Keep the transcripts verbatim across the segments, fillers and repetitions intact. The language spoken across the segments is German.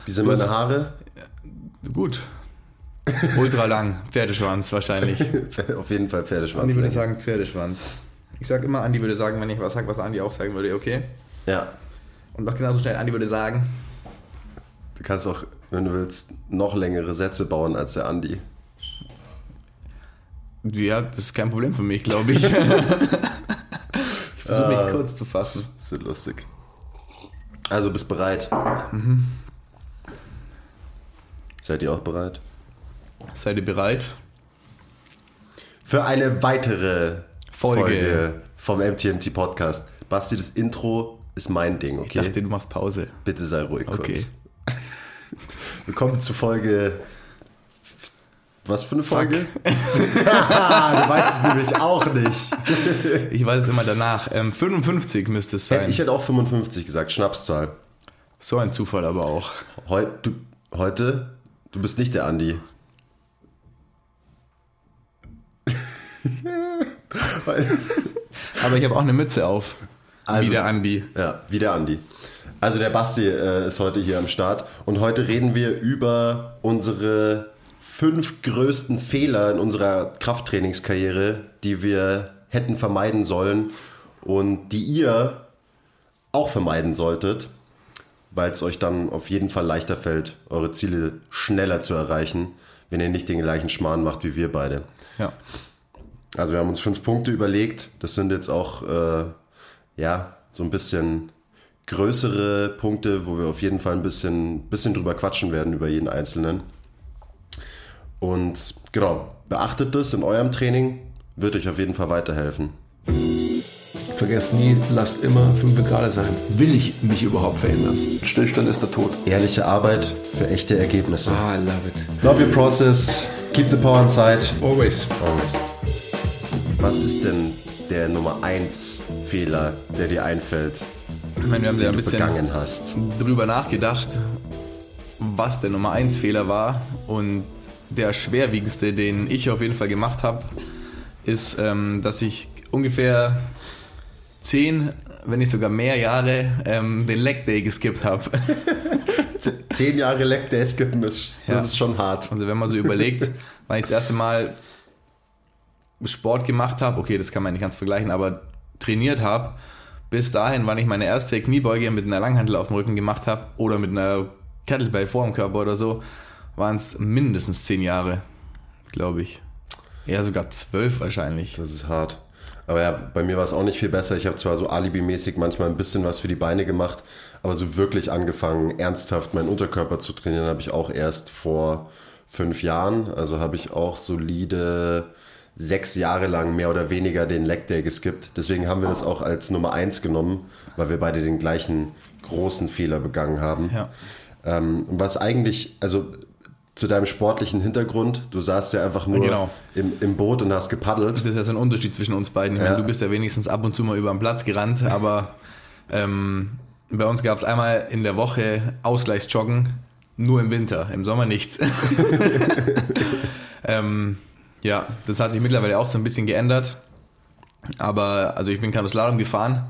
Wie sind meine Haare? Gut. Ultra lang. Pferdeschwanz wahrscheinlich. Auf jeden Fall Pferdeschwanz. Andi würde sagen Pferdeschwanz. Ich sag immer, Andi würde sagen, wenn ich was sage, was Andi auch sagen würde, okay? Ja. Und noch genauso schnell, Andi würde sagen. Du kannst auch, wenn du willst, noch längere Sätze bauen als der Andi. Ja, das ist kein Problem für mich, glaube ich. Ich versuche mich uh, kurz zu fassen. Das wird lustig. Also, bist bereit? Mhm. Seid ihr auch bereit? Seid ihr bereit? Für eine weitere Folge, Folge vom M T M T Podcast. Basti, das Intro ist mein Ding, okay? Ich dachte, du machst Pause. Bitte sei ruhig okay. kurz. Willkommen zu Folge... Was für eine Folge? Du weißt es nämlich auch nicht. Ich weiß es immer danach. Ähm, fünfundfünfzig müsste es sein. Ich hätte auch fünfundfünfzig gesagt, Schnapszahl. So ein Zufall aber auch. Heu, du, heute, du bist nicht der Andi. Aber ich habe auch eine Mütze auf. Also, wie der Andi. Ja, wie der Andi. Also der Basti äh, ist heute hier am Start. Und heute reden wir über unsere... fünf größten Fehler in unserer Krafttrainingskarriere, die wir hätten vermeiden sollen und die ihr auch vermeiden solltet, weil es euch dann auf jeden Fall leichter fällt, eure Ziele schneller zu erreichen, wenn ihr nicht den gleichen Schmarrn macht wie wir beide. Ja. Also wir haben uns fünf Punkte überlegt. Das sind jetzt auch äh, ja so ein bisschen größere Punkte, wo wir auf jeden Fall ein bisschen, bisschen drüber quatschen werden, über jeden einzelnen. Und genau, beachtet das in eurem Training, wird euch auf jeden Fall weiterhelfen. Vergesst nie, lasst immer fünf Grad sein. Will ich mich überhaupt verändern? Stillstand ist der Tod. Ehrliche Arbeit für echte Ergebnisse. Ah, I love it. Love your process, keep the power inside. Always. Always. Was ist denn der Nummer eins Fehler, der dir einfällt, ich meine, wir haben den ja ein du bisschen begangen hast? Drüber nachgedacht, was der Nummer eins Fehler war, und der schwerwiegendste, den ich auf jeden Fall gemacht habe, ist, ähm, dass ich ungefähr zehn, wenn nicht sogar mehr Jahre ähm, den Leg Day geskippt habe. Zehn Jahre Leg Day skippen, das, das ja. ist schon hart. Also wenn man so überlegt, wann ich das erste Mal Sport gemacht habe, okay, das kann man nicht ganz vergleichen, aber trainiert habe, bis dahin, wann ich meine erste Kniebeuge mit einer Langhantel auf dem Rücken gemacht habe oder mit einer Kettlebell vor dem Körper oder so, waren es mindestens zehn Jahre, glaube ich. Eher sogar zwölf wahrscheinlich. Das ist hart. Aber ja, bei mir war es auch nicht viel besser. Ich habe zwar so alibimäßig manchmal ein bisschen was für die Beine gemacht, aber so wirklich angefangen, ernsthaft meinen Unterkörper zu trainieren, habe ich auch erst vor fünf Jahren. Also habe ich auch solide sechs Jahre lang mehr oder weniger den Leg Day geskippt. Deswegen haben wir das auch als Nummer eins genommen, weil wir beide den gleichen großen Fehler begangen haben. Ja. Ähm, was eigentlich, also... Zu deinem sportlichen Hintergrund, du saßt ja einfach nur genau. im, im Boot und hast gepaddelt. Das ist ja so ein Unterschied zwischen uns beiden. Ich ja. meine, du bist ja wenigstens ab und zu mal über den Platz gerannt, aber ähm, bei uns gab es einmal in der Woche Ausgleichsjoggen, nur im Winter, im Sommer nicht. ähm, ja, das hat sich mittlerweile auch so ein bisschen geändert, aber also ich bin Kanuslalom gefahren.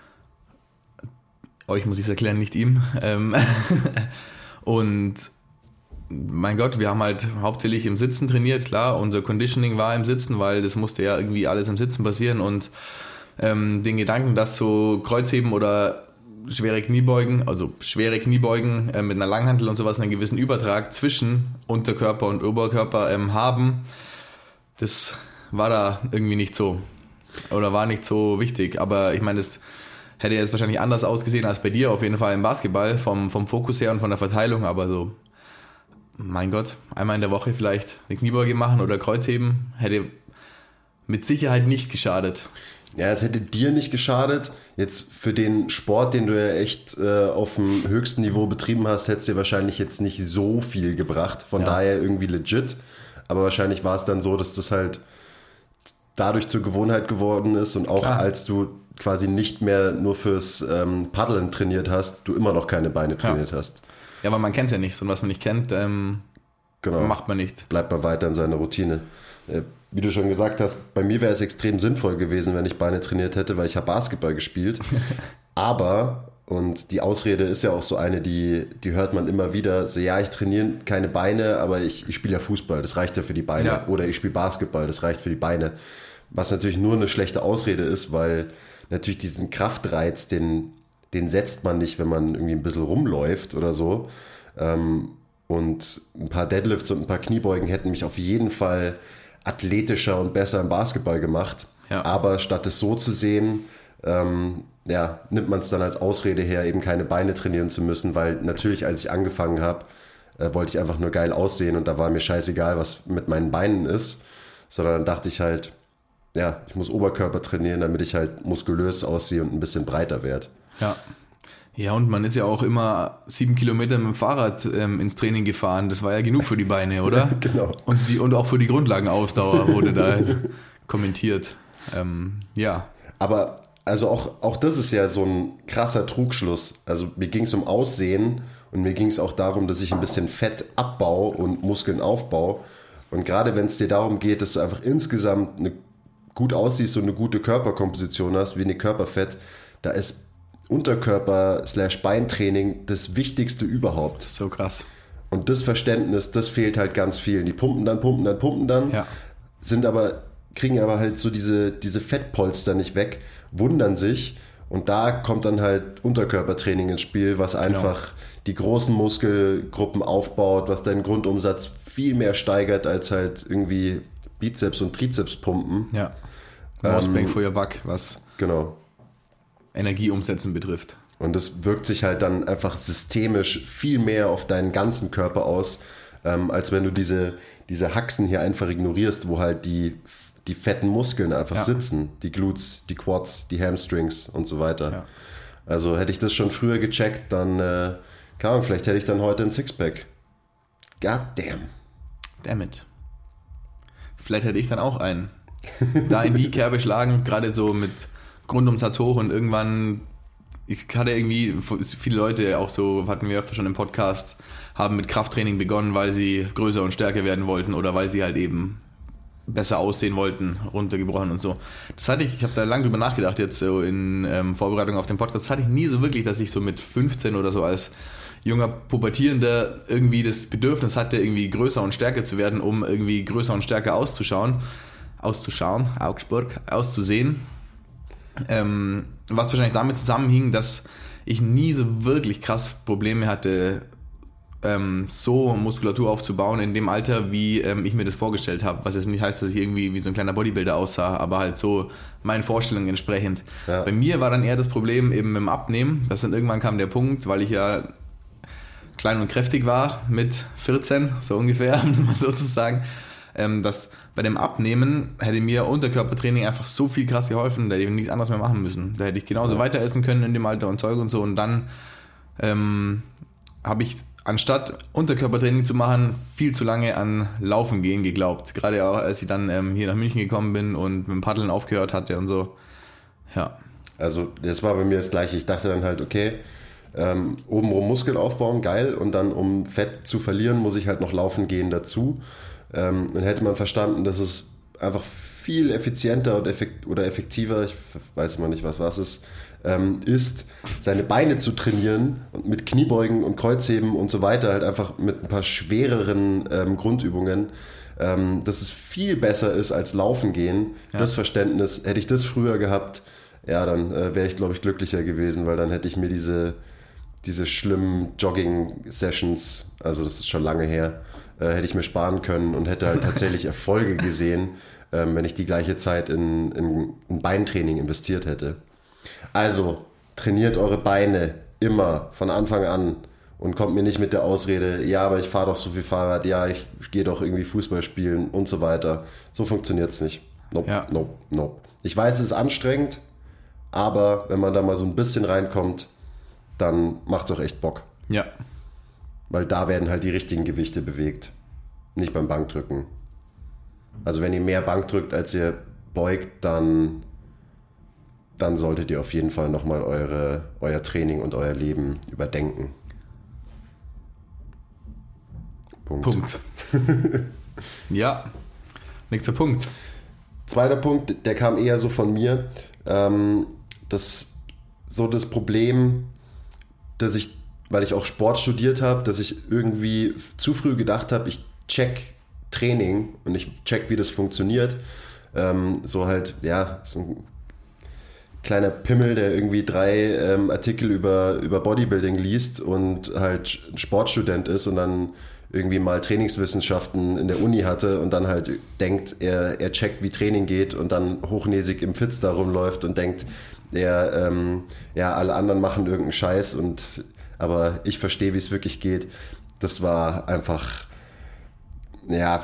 Euch muss ich es erklären, nicht ihm. Ähm und mein Gott, wir haben halt hauptsächlich im Sitzen trainiert, klar, unser Conditioning war im Sitzen, weil das musste ja irgendwie alles im Sitzen passieren, und ähm, den Gedanken, dass so Kreuzheben oder schwere Kniebeugen, also schwere Kniebeugen äh, mit einer Langhantel und sowas einen gewissen Übertrag zwischen Unterkörper und Oberkörper ähm, haben, das war da irgendwie nicht so oder war nicht so wichtig, aber ich meine, das hätte jetzt wahrscheinlich anders ausgesehen als bei dir, auf jeden Fall im Basketball, vom, vom Fokus her und von der Verteilung, aber so, mein Gott, einmal in der Woche vielleicht eine Kniebeuge machen oder Kreuzheben, hätte mit Sicherheit nicht geschadet. Ja, es hätte dir nicht geschadet. Jetzt für den Sport, den du ja echt äh, auf dem höchsten Niveau betrieben hast, hätte es dir wahrscheinlich jetzt nicht so viel gebracht. Von ja. daher irgendwie legit. Aber wahrscheinlich war es dann so, dass das halt dadurch zur Gewohnheit geworden ist und auch Klar. als du quasi nicht mehr nur fürs ähm, Paddeln trainiert hast, du immer noch keine Beine trainiert ja. hast. Ja, aber man kennt es ja nicht. Und was man nicht kennt, ähm, genau. macht man nicht. Bleibt man weiter in seiner Routine. Äh, wie du schon gesagt hast, bei mir wäre es extrem sinnvoll gewesen, wenn ich Beine trainiert hätte, weil ich habe Basketball gespielt. Aber, Und die Ausrede ist ja auch so eine, die, die hört man immer wieder. So, ja, ich trainiere keine Beine, aber ich, ich spiele ja Fußball, das reicht ja für die Beine. Ja. Oder ich spiele Basketball, das reicht für die Beine. Was natürlich nur eine schlechte Ausrede ist, weil natürlich diesen Kraftreiz, den, den setzt man nicht, wenn man irgendwie ein bisschen rumläuft oder so. Ähm, und ein paar Deadlifts und ein paar Kniebeugen hätten mich auf jeden Fall athletischer und besser im Basketball gemacht. Ja. Aber statt es so zu sehen, ähm, ja, nimmt man es dann als Ausrede her, eben keine Beine trainieren zu müssen, weil natürlich, als ich angefangen habe, äh, wollte ich einfach nur geil aussehen und da war mir scheißegal, was mit meinen Beinen ist, sondern dann dachte ich halt, ja, ich muss Oberkörper trainieren, damit ich halt muskulös aussehe und ein bisschen breiter werde. Ja. Ja, und man ist ja auch immer sieben Kilometer mit dem Fahrrad ähm, ins Training gefahren. Das war ja genug für die Beine, oder? Genau. Und, die, und auch für die Grundlagenausdauer wurde da kommentiert. Ähm, ja. Aber also auch, auch das ist ja so ein krasser Trugschluss. Also mir ging es um Aussehen und mir ging es auch darum, dass ich ein bisschen Fett abbaue und Muskeln aufbaue. Und gerade wenn es dir darum geht, dass du einfach insgesamt eine, gut aussiehst und eine gute Körperkomposition hast, wenig Körperfett, da ist Unterkörper-Beintraining das Wichtigste überhaupt. Das ist so krass. Und das Verständnis, das fehlt halt ganz vielen. Die pumpen dann, pumpen dann, pumpen dann, Ja. sind aber, kriegen aber halt so diese, diese Fettpolster nicht weg, wundern sich und da kommt dann halt Unterkörpertraining ins Spiel, was einfach genau. die großen Muskelgruppen aufbaut, was deinen Grundumsatz viel mehr steigert als halt irgendwie Bizeps und Trizeps pumpen. Ja. Most ähm, bang for your buck, was genau. Energieumsetzen betrifft. Und das wirkt sich halt dann einfach systemisch viel mehr auf deinen ganzen Körper aus, ähm, als wenn du diese, diese Haxen hier einfach ignorierst, wo halt die, die fetten Muskeln einfach ja. sitzen. Die Glutes, die Quads, die Hamstrings und so weiter. Ja. Also hätte ich das schon früher gecheckt, dann, äh, keine Ahnung, vielleicht hätte ich dann heute ein Sixpack. God damn. Damn it. Vielleicht hätte ich dann auch einen. Da in die Kerbe schlagen, gerade so mit Grundumsatz hoch und irgendwann, ich hatte irgendwie, viele Leute auch so, hatten wir öfter schon im Podcast, haben mit Krafttraining begonnen, weil sie größer und stärker werden wollten oder weil sie halt eben besser aussehen wollten, runtergebrochen und so. Das hatte ich, ich habe da lange drüber nachgedacht jetzt so in ähm, Vorbereitung auf den Podcast, das hatte ich nie so wirklich, dass ich so mit fünfzehn oder so als junger Pubertierender irgendwie das Bedürfnis hatte, irgendwie größer und stärker zu werden, um irgendwie größer und stärker auszuschauen, auszuschauen, Augsburg, auszusehen. Ähm, was wahrscheinlich damit zusammenhing, dass ich nie so wirklich krass Probleme hatte, ähm, so Muskulatur aufzubauen in dem Alter, wie ähm, ich mir das vorgestellt habe. Was jetzt nicht heißt, dass ich irgendwie wie so ein kleiner Bodybuilder aussah, aber halt so meinen Vorstellungen entsprechend. Ja. Bei mir war dann eher das Problem eben im Abnehmen, dass dann irgendwann kam der Punkt, weil ich ja klein und kräftig war mit vierzehn, so ungefähr, um es mal so zu sagen, ähm, dass bei dem Abnehmen hätte mir Unterkörpertraining einfach so viel krass geholfen, da hätte ich nichts anderes mehr machen müssen. Da hätte ich genauso ja. weiter essen können in dem Alter und Zeug und so. Und dann ähm, habe ich, anstatt Unterkörpertraining zu machen, viel zu lange an Laufen gehen geglaubt. Gerade auch, als ich dann ähm, hier nach München gekommen bin und mit dem Paddeln aufgehört hatte und so. Ja. Also das war bei mir das Gleiche. Ich dachte dann halt, okay, ähm, obenrum Muskeln aufbauen, geil. Und dann, um Fett zu verlieren, muss ich halt noch laufen gehen dazu. Ähm, dann hätte man verstanden, dass es einfach viel effizienter und effekt- oder effektiver, ich weiß immer nicht, was was ist, ähm, ist, seine Beine zu trainieren und mit Kniebeugen und Kreuzheben und so weiter, halt einfach mit ein paar schwereren ähm, Grundübungen, ähm, dass es viel besser ist als Laufen gehen. Ja. Das Verständnis, hätte ich das früher gehabt, ja, dann äh, wäre ich, glaube ich, glücklicher gewesen, weil dann hätte ich mir diese, diese schlimmen Jogging-Sessions, also das ist schon lange her, hätte ich mir sparen können und hätte halt tatsächlich Erfolge gesehen, ähm, wenn ich die gleiche Zeit in, in, in Beintraining investiert hätte. Also, trainiert eure Beine immer von Anfang an und kommt mir nicht mit der Ausrede, ja, aber ich fahre doch so viel Fahrrad, ja, ich gehe doch irgendwie Fußball spielen und so weiter. So funktioniert es nicht. Nope, ja. nope, nope. Ich weiß, es ist anstrengend, aber wenn man da mal so ein bisschen reinkommt, dann macht es auch echt Bock. Ja. Weil da werden halt die richtigen Gewichte bewegt. Nicht beim Bankdrücken. Also wenn ihr mehr Bank drückt, als ihr beugt, dann, dann solltet ihr auf jeden Fall nochmal eure, euer Training und euer Leben überdenken. Punkt. Punkt. Ja, nächster Punkt. Zweiter Punkt, der kam eher so von mir. Ähm, das, so das Problem, dass ich, weil ich auch Sport studiert habe, dass ich irgendwie zu früh gedacht habe, ich check Training und ich check, wie das funktioniert. Ähm, so halt, ja, so ein kleiner Pimmel, der irgendwie drei ähm, Artikel über, über Bodybuilding liest und halt Sportstudent ist und dann irgendwie mal Trainingswissenschaften in der Uni hatte und dann halt denkt, er, er checkt, wie Training geht und dann hochnäsig im Fitz da rumläuft und denkt, er, ähm, ja, alle anderen machen irgendeinen Scheiß und aber ich verstehe, wie es wirklich geht. Das war einfach, ja,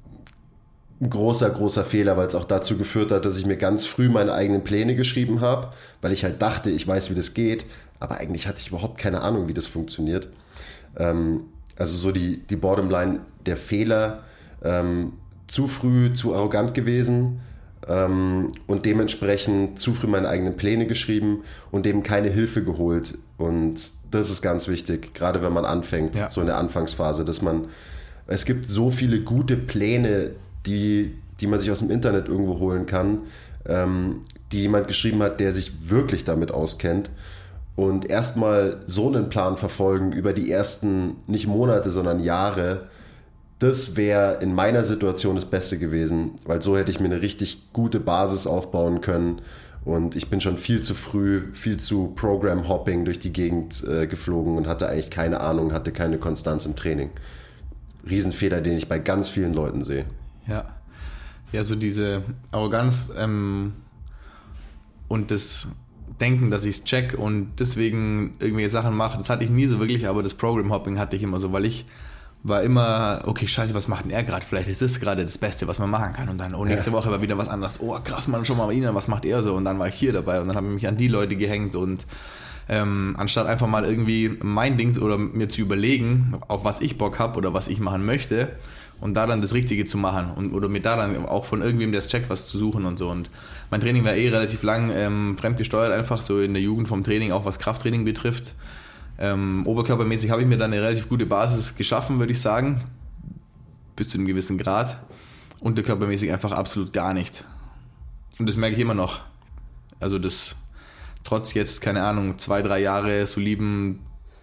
ein großer, großer Fehler, weil es auch dazu geführt hat, dass ich mir ganz früh meine eigenen Pläne geschrieben habe, weil ich halt dachte, ich weiß, wie das geht, aber eigentlich hatte ich überhaupt keine Ahnung, wie das funktioniert. Ähm, also so die, die Bottomline, der Fehler, ähm, zu früh, zu arrogant gewesen ähm, und dementsprechend zu früh meine eigenen Pläne geschrieben und eben keine Hilfe geholt. Und das ist ganz wichtig, gerade wenn man anfängt, ja. so in der Anfangsphase, dass man, es gibt so viele gute Pläne, die, die man sich aus dem Internet irgendwo holen kann, ähm, die jemand geschrieben hat, der sich wirklich damit auskennt. Und erstmal so einen Plan verfolgen über die ersten, nicht Monate, sondern Jahre, das wäre in meiner Situation das Beste gewesen, weil so hätte ich mir eine richtig gute Basis aufbauen können. Und ich bin schon viel zu früh, viel zu Program-Hopping durch die Gegend äh, geflogen und hatte eigentlich keine Ahnung, hatte keine Konstanz im Training. Riesenfehler, den ich bei ganz vielen Leuten sehe. Ja, ja, so diese Arroganz ähm, und das Denken, dass ich es check und deswegen irgendwelche Sachen mache, das hatte ich nie so wirklich, aber das Program-Hopping hatte ich immer so, weil ich war immer, okay, scheiße, was macht denn er gerade? Vielleicht ist das gerade das Beste, was man machen kann und dann, oh, nächste ja. Woche war wieder was anderes, oh, krass, man, schon mal bei Ihnen, was macht er so? Und dann war ich hier dabei und dann habe ich mich an die Leute gehängt und ähm, anstatt einfach mal irgendwie mein Ding oder mir zu überlegen, auf was ich Bock habe oder was ich machen möchte, und da dann das Richtige zu machen und oder mir da dann auch von irgendwem, der es checkt, was zu suchen und so. Und mein Training war eh relativ lang ähm, fremdgesteuert, einfach so in der Jugend vom Training, auch was Krafttraining betrifft. Ähm, oberkörpermäßig habe ich mir dann eine relativ gute Basis geschaffen, würde ich sagen, bis zu einem gewissen Grad. Unterkörpermäßig einfach absolut gar nicht. Und das merke ich immer noch. Also das, trotz jetzt, keine Ahnung, zwei, drei Jahre soliden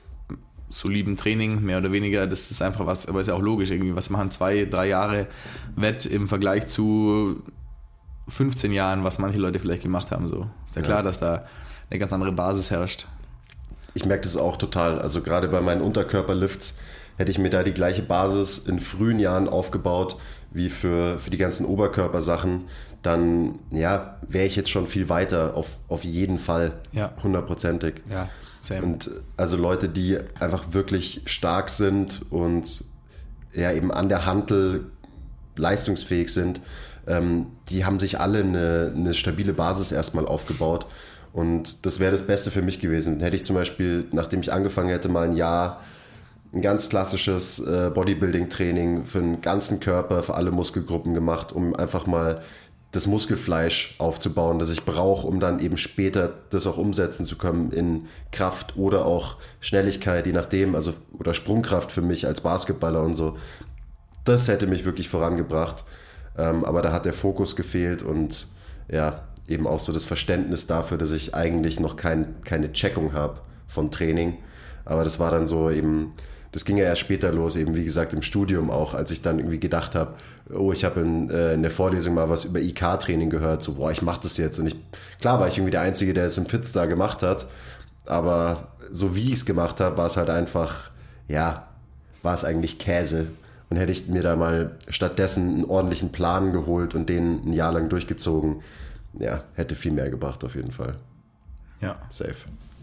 soliden Training, mehr oder weniger, das ist einfach was, aber ist ja auch logisch irgendwie, was machen zwei, drei Jahre Wett im Vergleich zu fünfzehn Jahren, was manche Leute vielleicht gemacht haben, so. Ist ja klar, ja. dass da eine ganz andere Basis herrscht. Ich merke das auch total, also gerade bei meinen Unterkörperlifts hätte ich mir da die gleiche Basis in frühen Jahren aufgebaut, wie für, für die ganzen Oberkörpersachen, dann, ja, wäre ich jetzt schon viel weiter, auf, auf jeden Fall, ja. hundertprozentig. Ja. Same. Und also Leute, die einfach wirklich stark sind und ja eben an der Hantel leistungsfähig sind, ähm, die haben sich alle eine, eine stabile Basis erstmal aufgebaut und das wäre das Beste für mich gewesen. Hätte ich zum Beispiel, nachdem ich angefangen hätte, mal ein Jahr ein ganz klassisches äh, Bodybuilding-Training für den ganzen Körper, für alle Muskelgruppen gemacht, um einfach mal das Muskelfleisch aufzubauen, das ich brauche, um dann eben später das auch umsetzen zu können in Kraft oder auch Schnelligkeit, je nachdem, also oder Sprungkraft für mich als Basketballer und so. Das hätte mich wirklich vorangebracht, ähm, aber da hat der Fokus gefehlt und ja, eben auch so das Verständnis dafür, dass ich eigentlich noch kein, keine Checkung habe von Training, aber das war dann so eben, das ging ja erst später los, eben wie gesagt im Studium auch, als ich dann irgendwie gedacht habe, oh, ich habe in, äh, in der Vorlesung mal was über I K-Training gehört, so, boah, ich mache das jetzt. Und ich, klar war ich irgendwie der Einzige, der es im Fitz da gemacht hat, aber so wie ich es gemacht habe, war es halt einfach, ja, war es eigentlich Käse. Und hätte ich mir da mal stattdessen einen ordentlichen Plan geholt und den ein Jahr lang durchgezogen, ja, hätte viel mehr gebracht auf jeden Fall. Ja. Safe.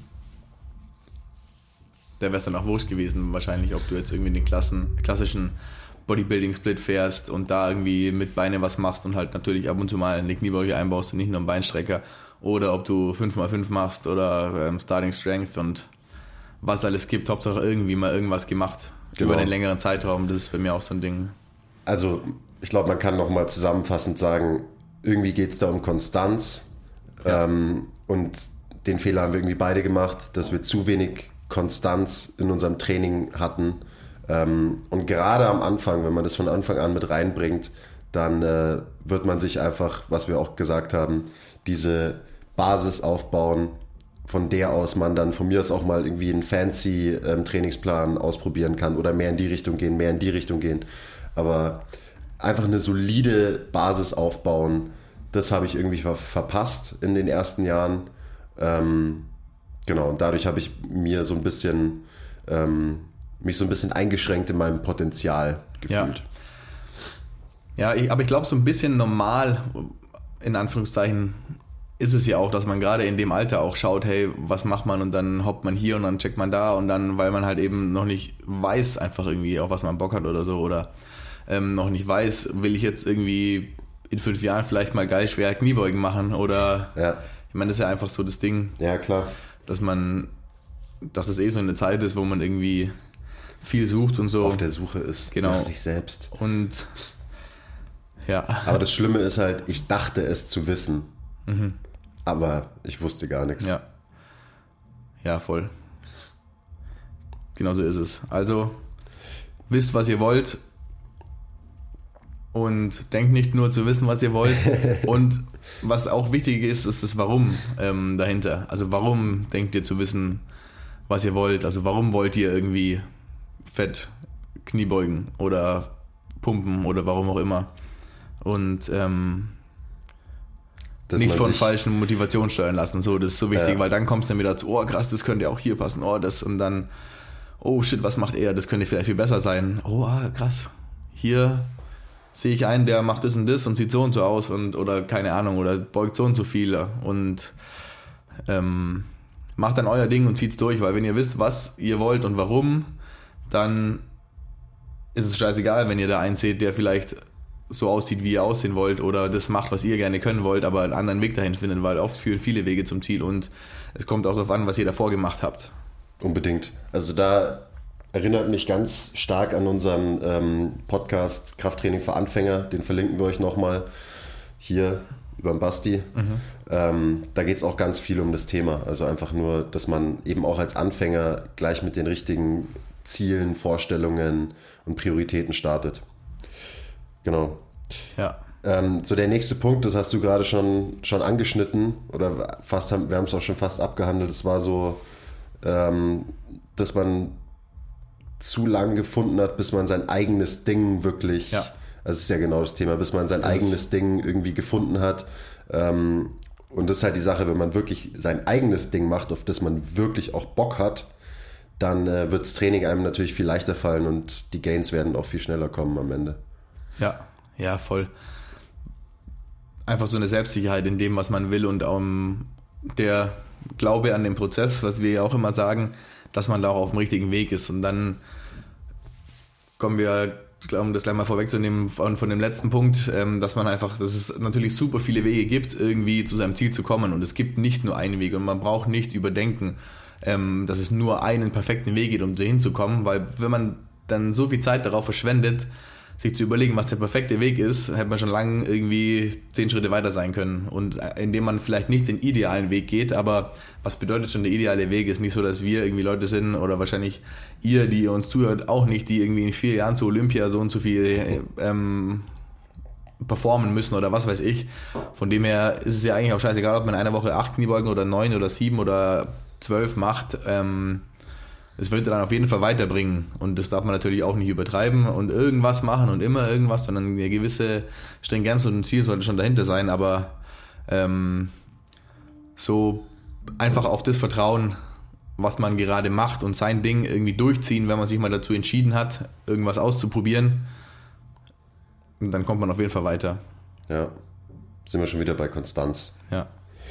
Da wäre es dann auch wurscht gewesen, wahrscheinlich, ob du jetzt irgendwie den Klassen, klassischen Bodybuilding-Split fährst und da irgendwie mit Beine was machst und halt natürlich ab und zu mal eine Kniebeuge einbaust und nicht nur einen Beinstrecker, oder ob du fünf mal fünf machst oder ähm, Starting Strength und was alles gibt, Hauptsache irgendwie mal irgendwas gemacht, genau. Über einen längeren Zeitraum, das ist bei mir auch so ein Ding. Also ich glaube, man kann nochmal zusammenfassend sagen, irgendwie geht es da um Konstanz, ja. ähm, und den Fehler haben wir irgendwie beide gemacht, dass wir zu wenig Konstanz in unserem Training hatten. Ähm, und gerade am Anfang, wenn man das von Anfang an mit reinbringt, dann äh, wird man sich einfach, was wir auch gesagt haben, diese Basis aufbauen von der aus man dann von mir aus auch mal irgendwie einen fancy ähm, Trainingsplan ausprobieren kann oder mehr in die Richtung gehen, mehr in die Richtung gehen. Aber einfach eine solide Basis aufbauen, das habe ich irgendwie ver- verpasst in den ersten Jahren. Ähm, genau, und dadurch habe ich mir so ein bisschen, ähm, mich so ein bisschen eingeschränkt in meinem Potenzial gefühlt. Ja, ja ich, aber ich glaube, so ein bisschen normal, in Anführungszeichen, ist es ja auch, dass man gerade in dem Alter auch schaut, hey, was macht man, und dann hoppt man hier und dann checkt man da und dann, weil man halt eben noch nicht weiß einfach irgendwie, auf was man Bock hat oder so, oder ähm, noch nicht weiß, will ich jetzt irgendwie in fünf Jahren vielleicht mal geil schwer Kniebeugen machen oder, Ja. ich meine, das ist ja einfach so das Ding, Ja, klar. dass man, dass es eh so eine Zeit ist, wo man irgendwie viel sucht und so. Auf der Suche ist Genau. nach sich selbst. Und ja. Aber das Schlimme ist halt, ich dachte es zu wissen. Mhm. Aber ich wusste gar nichts. Ja. Ja, voll. Genau so ist es. Also, wisst, was ihr wollt und denkt nicht nur zu wissen, was ihr wollt. Und was auch wichtig ist, ist das Warum ähm, dahinter. Also, warum denkt ihr zu wissen, was ihr wollt? Also, warum wollt ihr irgendwie fett Kniebeugen oder pumpen oder warum auch immer? Und ähm, Dass nicht man von sich- falschen Motivationen steuern lassen. So, das ist so wichtig, Ja. weil dann kommst du dann wieder zu, oh krass, das könnte ja auch hier passen, oh das, und dann, oh shit, was macht er, das könnte vielleicht viel besser sein. Oh ah, krass, hier sehe ich einen, der macht das und das und sieht so und so aus und oder keine Ahnung, oder beugt so und so viel und ähm, macht dann euer Ding und zieht's durch, weil wenn ihr wisst, was ihr wollt und warum, dann ist es scheißegal, wenn ihr da einen seht, der vielleicht so aussieht, wie ihr aussehen wollt oder das macht, was ihr gerne können wollt, aber einen anderen Weg dahin findet, weil oft führen viele Wege zum Ziel und es kommt auch darauf an, was ihr davor gemacht habt. Unbedingt. Also da erinnert mich ganz stark an unseren ähm, Podcast Krafttraining für Anfänger. Den verlinken wir euch nochmal hier über den Basti. Mhm. Ähm, da geht es auch ganz viel um das Thema. Also einfach nur, dass man eben auch als Anfänger gleich mit den richtigen Zielen, Vorstellungen und Prioritäten startet. Genau. Ja. Ähm, so der nächste Punkt, das hast du gerade schon, schon angeschnitten oder fast haben, wir haben es auch schon fast abgehandelt, das war so, ähm, dass man zu lang gefunden hat, bis man sein eigenes Ding wirklich, Ja. also das ist ja genau das Thema, bis man sein Das eigenes Ding irgendwie gefunden hat. Ähm, und das ist halt die Sache, wenn man wirklich sein eigenes Ding macht, auf das man wirklich auch Bock hat, dann äh, wird das Training einem natürlich viel leichter fallen und die Gains werden auch viel schneller kommen am Ende. Ja, ja, voll. Einfach so eine Selbstsicherheit in dem, was man will und um, der Glaube an den Prozess, was wir ja auch immer sagen, dass man da auch auf dem richtigen Weg ist. Und dann kommen wir, um das gleich mal vorwegzunehmen, von, von dem letzten Punkt, ähm, dass man einfach, dass es natürlich super viele Wege gibt, irgendwie zu seinem Ziel zu kommen. Und es gibt nicht nur einen Weg und man braucht nicht überdenken, ähm, dass es nur einen perfekten Weg geht, um da hinzukommen, weil wenn man dann so viel Zeit darauf verschwendet, sich zu überlegen, was der perfekte Weg ist, hätte man schon lange irgendwie zehn Schritte weiter sein können. Und indem man vielleicht nicht den idealen Weg geht, aber was bedeutet schon der ideale Weg? Ist nicht so, dass wir irgendwie Leute sind oder wahrscheinlich ihr, die ihr uns zuhört, auch nicht, die irgendwie in vier Jahren zu Olympia so und so viel ähm, performen müssen oder was weiß ich. Von dem her ist es ja eigentlich auch scheißegal, ob man in einer Woche acht Kniebeugen oder neun oder sieben oder zwölf macht. Ähm, Es wird dann auf jeden Fall weiterbringen und das darf man natürlich auch nicht übertreiben und irgendwas machen und immer irgendwas, sondern eine gewisse Stringenz und ein Ziel sollte schon dahinter sein, aber ähm, so einfach auf das Vertrauen, was man gerade macht und sein Ding irgendwie durchziehen, wenn man sich mal dazu entschieden hat, irgendwas auszuprobieren, und dann kommt man auf jeden Fall weiter. Ja, sind wir schon wieder bei Konstanz. Ja,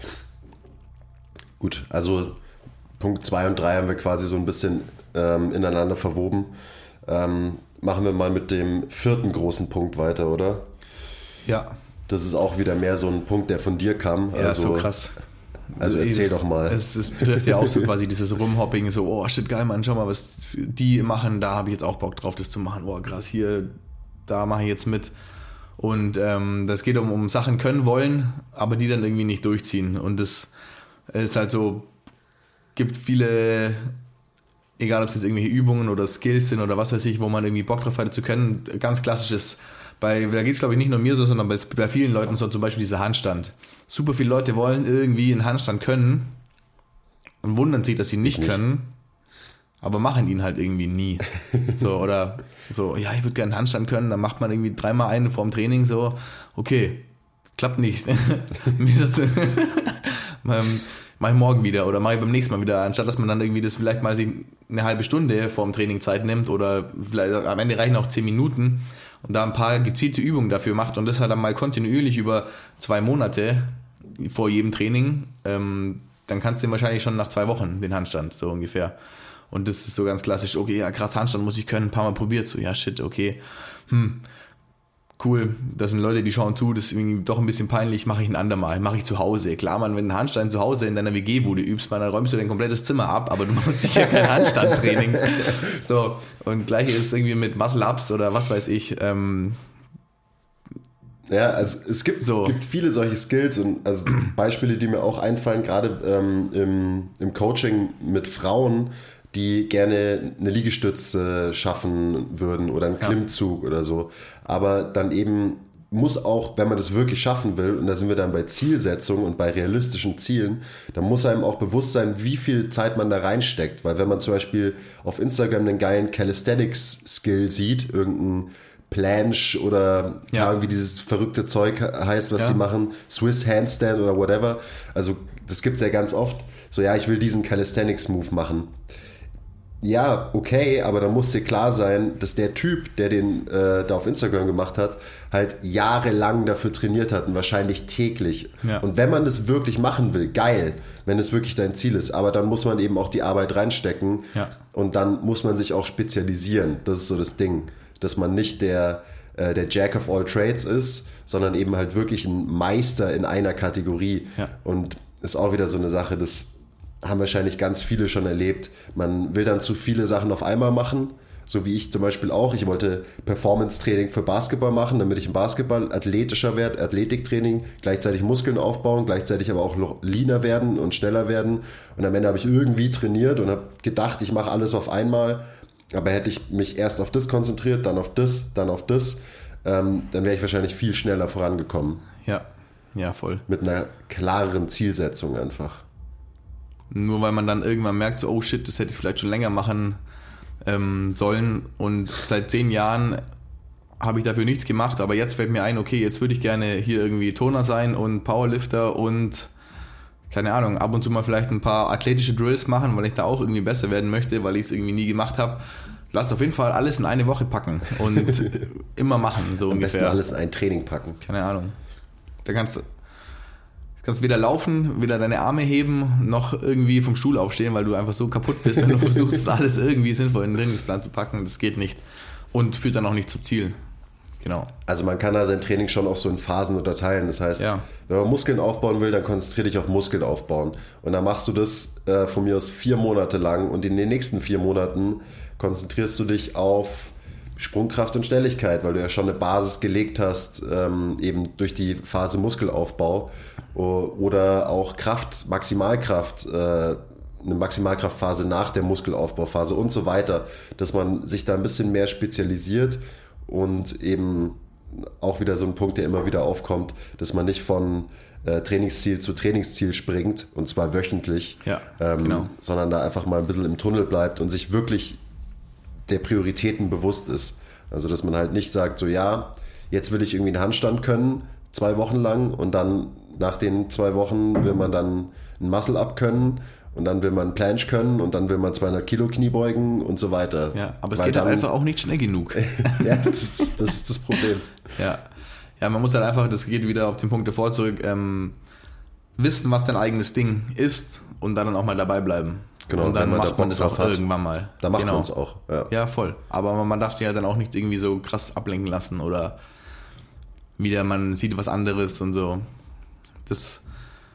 Gut, also Punkt zwei und drei haben wir quasi so ein bisschen ähm, ineinander verwoben. Ähm, machen wir mal mit dem vierten großen Punkt weiter, oder? ja, Das ist auch wieder mehr so ein Punkt, der von dir kam. ja, also, so krass. Also erzähl es, doch mal. Es, es betrifft ja auch so quasi dieses Rumhopping, so, oh shit, geil, Mann, schau mal, was die machen, da habe ich jetzt auch Bock drauf, das zu machen. Oh krass, hier, da mache ich jetzt mit. Und ähm, das geht um, um Sachen können wollen, aber die dann irgendwie nicht durchziehen. Und das ist halt so, gibt viele, egal ob es jetzt irgendwelche Übungen oder Skills sind oder was weiß ich, wo man irgendwie Bock drauf hatte zu können, ganz klassisches, bei, da geht es glaube ich nicht nur mir so, sondern bei, bei vielen Leuten so, zum Beispiel dieser Handstand. Super viele Leute wollen irgendwie einen Handstand können und wundern sich, dass sie nicht, nicht können, aber machen ihn halt irgendwie nie. So, oder so, ja, ich würde gerne Handstand können, dann macht man irgendwie dreimal einen vorm Training so, okay, klappt nicht. Mach ich morgen wieder oder mache ich beim nächsten Mal wieder, anstatt dass man dann irgendwie das vielleicht mal sich eine halbe Stunde vorm Training Zeit nimmt oder vielleicht am Ende reichen auch zehn Minuten und da ein paar gezielte Übungen dafür macht und das halt dann mal kontinuierlich über zwei Monate vor jedem Training, ähm, dann kannst du den wahrscheinlich schon nach zwei Wochen, den Handstand, so ungefähr. Und das ist so ganz klassisch, okay, ja krass, Handstand muss ich können, ein paar Mal probiert, so, ja shit, okay, hm, cool, das sind Leute, die schauen zu, das ist irgendwie doch ein bisschen peinlich, mache ich ein andermal, mache ich zu Hause. Klar, man, wenn du einen Handstand zu Hause in deiner W G-Bude übst, man, dann räumst du dein komplettes Zimmer ab, aber du machst sicher kein Handstandtraining. So, und gleich ist es irgendwie mit Muscle-Ups oder was weiß ich. Ähm, ja, also es gibt, so. gibt viele solche Skills und also Beispiele, die mir auch einfallen, gerade ähm, im, im Coaching mit Frauen, die gerne eine Liegestütze schaffen würden oder einen Klimmzug ja. oder so. Aber dann eben muss auch, wenn man das wirklich schaffen will, und da sind wir dann bei Zielsetzung und bei realistischen Zielen, dann muss einem auch bewusst sein, wie viel Zeit man da reinsteckt. Weil wenn man zum Beispiel auf Instagram einen geilen Calisthenics-Skill sieht, irgendein Planche oder ja. wie dieses verrückte Zeug heißt, was ja. die machen, Swiss Handstand oder whatever. Also das gibt es ja ganz oft. So, ja, ich will diesen Calisthenics-Move machen. Ja, okay, aber dann muss dir klar sein, dass der Typ, der den äh, da auf Instagram gemacht hat, halt jahrelang dafür trainiert hat und wahrscheinlich täglich. Ja. Und wenn man das wirklich machen will, geil, wenn es wirklich dein Ziel ist, aber dann muss man eben auch die Arbeit reinstecken ja. und dann muss man sich auch spezialisieren. Das ist so das Ding, dass man nicht der, äh, der Jack of all Trades ist, sondern eben halt wirklich ein Meister in einer Kategorie. Ja. Und ist auch wieder so eine Sache, das haben wahrscheinlich ganz viele schon erlebt. Man will dann zu viele Sachen auf einmal machen, so wie ich zum Beispiel auch. Ich wollte Performance-Training für Basketball machen, damit ich im Basketball athletischer werde, Athletiktraining, gleichzeitig Muskeln aufbauen, gleichzeitig aber auch leaner werden und schneller werden. Und am Ende habe ich irgendwie trainiert und habe gedacht, ich mache alles auf einmal. Aber hätte ich mich erst auf das konzentriert, dann auf das, dann auf das, ähm, dann wäre ich wahrscheinlich viel schneller vorangekommen. Ja, ja, voll. Mit einer klareren Zielsetzung einfach. Nur weil man dann irgendwann merkt, so, oh shit, das hätte ich vielleicht schon länger machen ähm, sollen und seit zehn Jahren habe ich dafür nichts gemacht, aber jetzt fällt mir ein, okay, jetzt würde ich gerne hier irgendwie Turner sein und Powerlifter und keine Ahnung, ab und zu mal vielleicht ein paar athletische Drills machen, weil ich da auch irgendwie besser werden möchte, weil ich es irgendwie nie gemacht habe. Lass auf jeden Fall alles in eine Woche packen und immer machen, so Am ungefähr. Am besten alles in ein Training packen. Keine Ahnung. Da kannst du Du kannst weder laufen, weder deine Arme heben, noch irgendwie vom Stuhl aufstehen, weil du einfach so kaputt bist, wenn du versuchst, alles irgendwie sinnvoll in den Trainingsplan zu packen. Das geht nicht. Und führt dann auch nicht zum Ziel. Genau. Also man kann da sein Training schon auch so in Phasen unterteilen. Das heißt, ja. wenn man Muskeln aufbauen will, dann konzentriere dich auf Muskeln aufbauen. Und dann machst du das äh, von mir aus vier Monate lang. Und in den nächsten vier Monaten konzentrierst du dich auf Sprungkraft und Schnelligkeit, weil du ja schon eine Basis gelegt hast, ähm, eben durch die Phase Muskelaufbau oder auch Kraft, Maximalkraft, äh, eine Maximalkraftphase nach der Muskelaufbauphase und so weiter, dass man sich da ein bisschen mehr spezialisiert und eben auch wieder so ein Punkt, der immer wieder aufkommt, dass man nicht von äh, Trainingsziel zu Trainingsziel springt und zwar wöchentlich, ja, ähm, genau. sondern da einfach mal ein bisschen im Tunnel bleibt und sich wirklich der Prioritäten bewusst ist. Also dass man halt nicht sagt, so ja, jetzt will ich irgendwie einen Handstand können, zwei Wochen lang und dann nach den zwei Wochen will man dann ein Muscle-Up können und dann will man einen Planche können und dann will man zweihundert Kilo Kniebeugen und so weiter. Ja, aber es Weil geht dann, halt einfach auch nicht schnell genug. Ja, das ist, das ist das Problem. Ja. Ja, man muss halt einfach, das geht wieder auf den Punkt davor zurück, ähm, wissen, was dein eigenes Ding ist und dann auch mal dabei bleiben. Genau, und dann man macht da man das auch hat, irgendwann mal. Da macht genau. man es auch. Ja. ja, voll. Aber man darf sich ja dann auch nicht irgendwie so krass ablenken lassen oder wieder man sieht was anderes und so. Das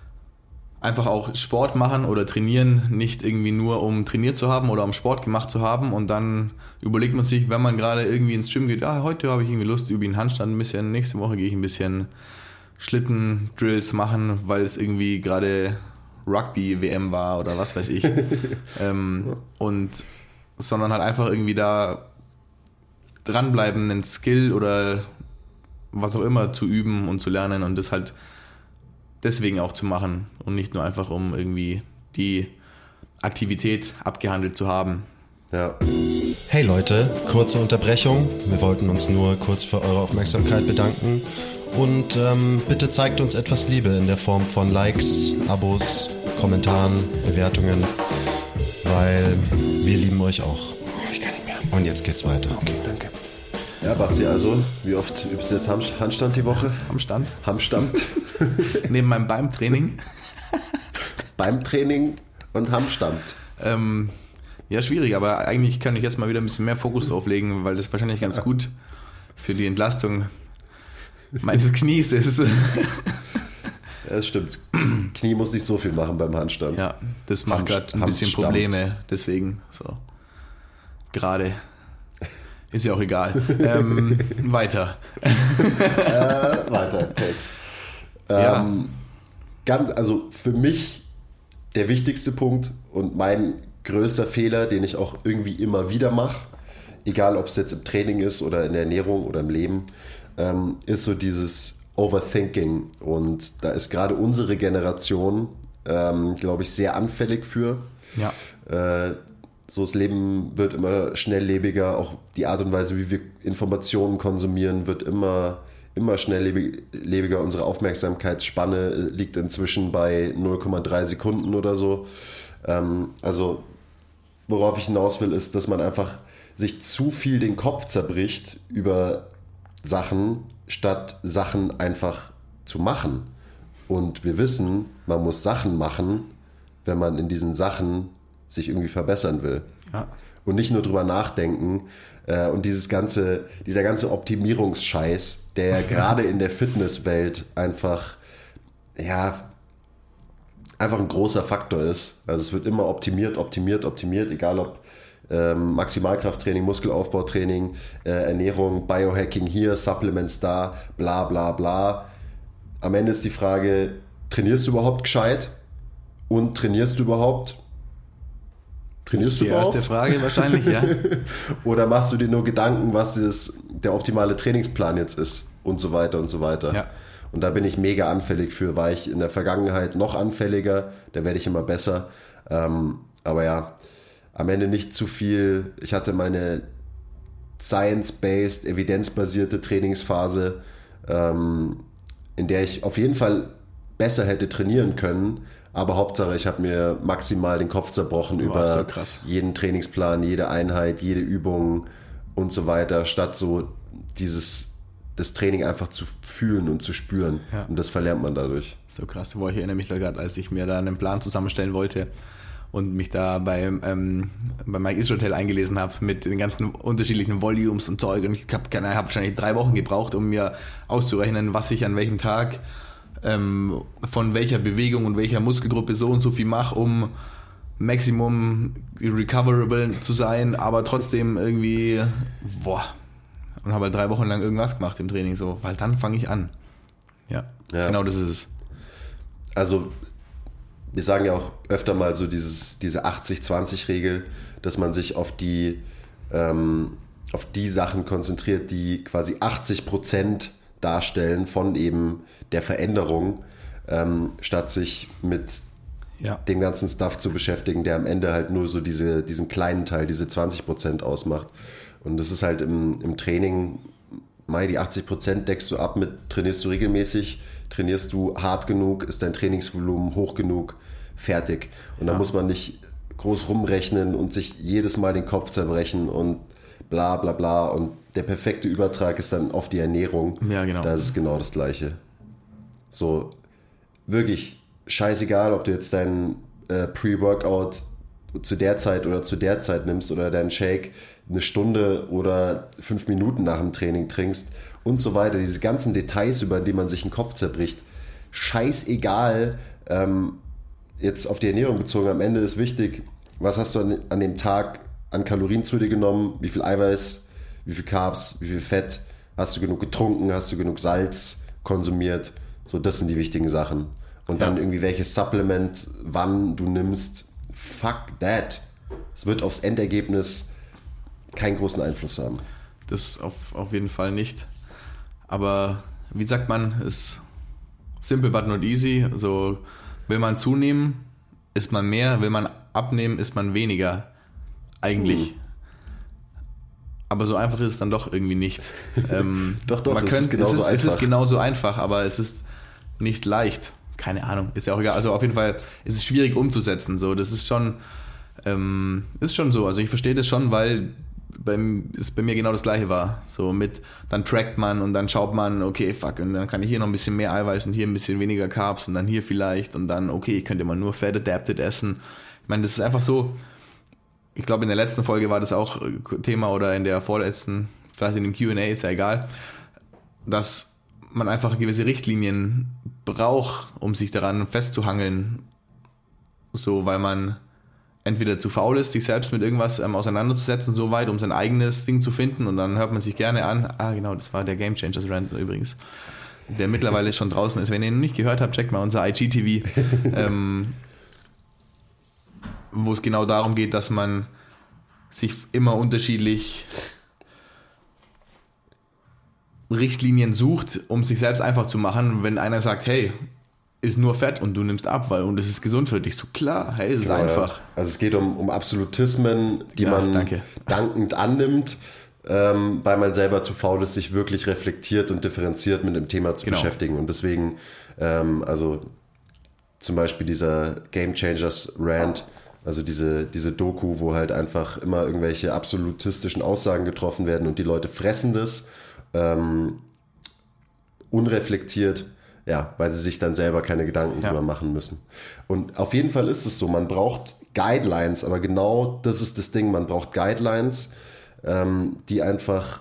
einfach auch Sport machen oder trainieren, nicht irgendwie nur um trainiert zu haben oder um Sport gemacht zu haben und dann überlegt man sich, wenn man gerade irgendwie ins Gym geht, ah, heute habe ich irgendwie Lust, über den Handstand ein bisschen, nächste Woche gehe ich ein bisschen Schlitten-Drills machen, weil es irgendwie gerade Rugby-W M war oder was weiß ich. ähm, und sondern halt einfach irgendwie da dranbleiben, einen Skill oder was auch immer zu üben und zu lernen und das halt deswegen auch zu machen und nicht nur einfach um irgendwie die Aktivität abgehandelt zu haben. Ja. Hey Leute, kurze Unterbrechung. Wir wollten uns nur kurz für eure Aufmerksamkeit bedanken. Und ähm, bitte zeigt uns etwas Liebe in der Form von Likes, Abos, Kommentaren, Bewertungen, weil wir lieben euch auch. Ich kann nicht mehr. Und jetzt geht's weiter. Okay, danke. Ja, Basti, also, wie oft übst du jetzt Ham- Handstand die Woche? Handstand. Handstand. Neben meinem Beimtraining. Beim Training und Handstand. Ähm, ja, schwierig, aber eigentlich kann ich jetzt mal wieder ein bisschen mehr Fokus drauf legen, weil das wahrscheinlich ganz gut für die Entlastung meines Knies ist. Ja, das stimmt. Knie muss nicht so viel machen beim Handstand. Ja, das macht Hand- gerade ein bisschen Handstand. Probleme, deswegen so. Gerade. Ist ja auch egal. ähm, weiter. Äh, weiter im Text. Ähm, Ja. ganz, also für mich der wichtigste Punkt und mein größter Fehler, den ich auch irgendwie immer wieder mache, egal ob es jetzt im Training ist oder in der Ernährung oder im Leben, ähm, ist so dieses Overthinking. Und da ist gerade unsere Generation, ähm, glaube ich, sehr anfällig für. Ja. Äh, so das Leben wird immer schnelllebiger, auch die Art und Weise, wie wir Informationen konsumieren, wird immer, immer schnelllebiger. Unsere Aufmerksamkeitsspanne liegt inzwischen bei null Komma drei Sekunden oder so. Ähm, also worauf ich hinaus will, ist, dass man einfach sich zu viel den Kopf zerbricht über Sachen, statt Sachen einfach zu machen. Und wir wissen, man muss Sachen machen, wenn man in diesen Sachen sich irgendwie verbessern will. Ja. Und nicht nur drüber nachdenken. Äh, und dieses ganze, dieser ganze Optimierungsscheiß, der gerade in der Fitnesswelt einfach, ja, einfach ein großer Faktor ist. Also es wird immer optimiert, optimiert, optimiert, egal ob ähm, Maximalkrafttraining, Muskelaufbautraining, äh, Ernährung, Biohacking hier, Supplements da, bla bla bla. Am Ende ist die Frage, trainierst du überhaupt gescheit? Und trainierst du überhaupt? Trainierst Das ist du die überhaupt? erste Frage wahrscheinlich, ja. Oder machst du dir nur Gedanken, was das, der optimale Trainingsplan jetzt ist und so weiter und so weiter. Ja. Und da bin ich mega anfällig für, war ich in der Vergangenheit noch anfälliger, da werde ich immer besser. Ähm, aber ja, am Ende nicht zu viel. Ich hatte meine science-based, evidenzbasierte Trainingsphase, ähm, in der ich auf jeden Fall besser hätte trainieren können, aber Hauptsache, ich habe mir maximal den Kopf zerbrochen Boah, über ist so krass. jeden Trainingsplan, jede Einheit, jede Übung und so weiter, statt so dieses das Training einfach zu fühlen und zu spüren. Ja. Und das verlernt man dadurch. So krass. Boah, ich erinnere mich da gerade, als ich mir da einen Plan zusammenstellen wollte und mich da beim, ähm, bei Mike Israel eingelesen habe mit den ganzen unterschiedlichen Volumes und Zeug. Und ich habe hab wahrscheinlich drei Wochen gebraucht, um mir auszurechnen, was ich an welchem Tag ähm, von welcher Bewegung und welcher Muskelgruppe so und so viel mache, um Maximum recoverable zu sein, aber trotzdem irgendwie, boah, und habe halt drei Wochen lang irgendwas gemacht im Training, so, weil dann fange ich an. Ja, Ja. genau das ist es. Also wir sagen ja auch öfter mal so dieses, diese achtzig zwanzig Regel, dass man sich auf die, ähm, auf die Sachen konzentriert, die quasi achtzig Prozent darstellen von eben der Veränderung, ähm, statt sich mit Ja. dem ganzen Stuff zu beschäftigen, der am Ende halt nur so diese, diesen kleinen Teil, diese zwanzig Prozent ausmacht. Und das ist halt im, im Training, Mai, die achtzig Prozent deckst du ab mit, trainierst du regelmäßig, trainierst du hart genug, ist dein Trainingsvolumen hoch genug, fertig. Und Ja. da muss man nicht groß rumrechnen und sich jedes Mal den Kopf zerbrechen und bla bla bla. Und der perfekte Übertrag ist dann auf die Ernährung. Ja, genau. Da ist es genau das Gleiche. So, wirklich scheißegal, ob du jetzt deinen äh, Pre-Workout zu der Zeit oder zu der Zeit nimmst oder deinen Shake eine Stunde oder fünf Minuten nach dem Training trinkst und so weiter. Diese ganzen Details, über die man sich den Kopf zerbricht, scheißegal. Ähm, jetzt auf die Ernährung bezogen, am Ende ist wichtig, was hast du an, an dem Tag an Kalorien zu dir genommen, wie viel Eiweiß, wie viel Carbs, wie viel Fett, hast du genug getrunken, hast du genug Salz konsumiert, so das sind die wichtigen Sachen. Und dann Ja. irgendwie welches Supplement, wann du nimmst, fuck that. Es wird aufs Endergebnis keinen großen Einfluss haben. Das auf, auf jeden Fall nicht. Aber wie sagt man, ist simple but not easy. Also will man zunehmen, isst man mehr. Will man abnehmen isst man weniger. Eigentlich. Hm. Aber so einfach ist es dann doch irgendwie nicht. Ähm, doch, doch, man es, könnte, ist genauso es, ist, einfach. es ist genauso einfach, aber es ist nicht leicht. Keine Ahnung, ist ja auch egal. Also auf jeden Fall ist es schwierig umzusetzen. So, das ist schon, ähm, ist schon so. Also ich verstehe das schon, weil beim, es bei mir genau das Gleiche war. So mit, dann trackt man und dann schaut man, okay, fuck, und dann kann ich hier noch ein bisschen mehr Eiweiß und hier ein bisschen weniger Carbs und dann hier vielleicht und dann, okay, ich könnte mal nur Fat Adapted essen. Ich meine, das ist einfach so. Ich glaube, in der letzten Folge war das auch Thema oder in der vorletzten, vielleicht in dem Q and A, ist ja egal, dass man einfach gewisse Richtlinien braucht, um sich daran festzuhangeln. So, weil man entweder zu faul ist, sich selbst mit irgendwas ähm, auseinanderzusetzen, so weit, um sein eigenes Ding zu finden und dann hört man sich gerne an. Ah, genau, das war der Game Changers Rant übrigens, der mittlerweile schon draußen ist. Wenn ihr ihn noch nicht gehört habt, checkt mal unser I G T V. ähm, wo es genau darum geht, dass man sich immer unterschiedlich Richtlinien sucht, um sich selbst einfach zu machen. Wenn einer sagt, hey, ist nur Fett und du nimmst ab, weil und es ist gesund für dich, so klar, hey, es ist genau, einfach. Ja. Also es geht um, um Absolutismen, die ja, man danke. dankend annimmt, ähm, weil man selber zu faul ist, sich wirklich reflektiert und differenziert mit dem Thema zu genau. beschäftigen. Und deswegen, ähm, also zum Beispiel dieser Game Changers Rant, also diese, diese Doku, wo halt einfach immer irgendwelche absolutistischen Aussagen getroffen werden und die Leute fressen das ähm, unreflektiert, ja, weil sie sich dann selber keine Gedanken ja. drüber machen müssen. Und auf jeden Fall ist es so, man braucht Guidelines, aber genau das ist das Ding, man braucht Guidelines, ähm, die einfach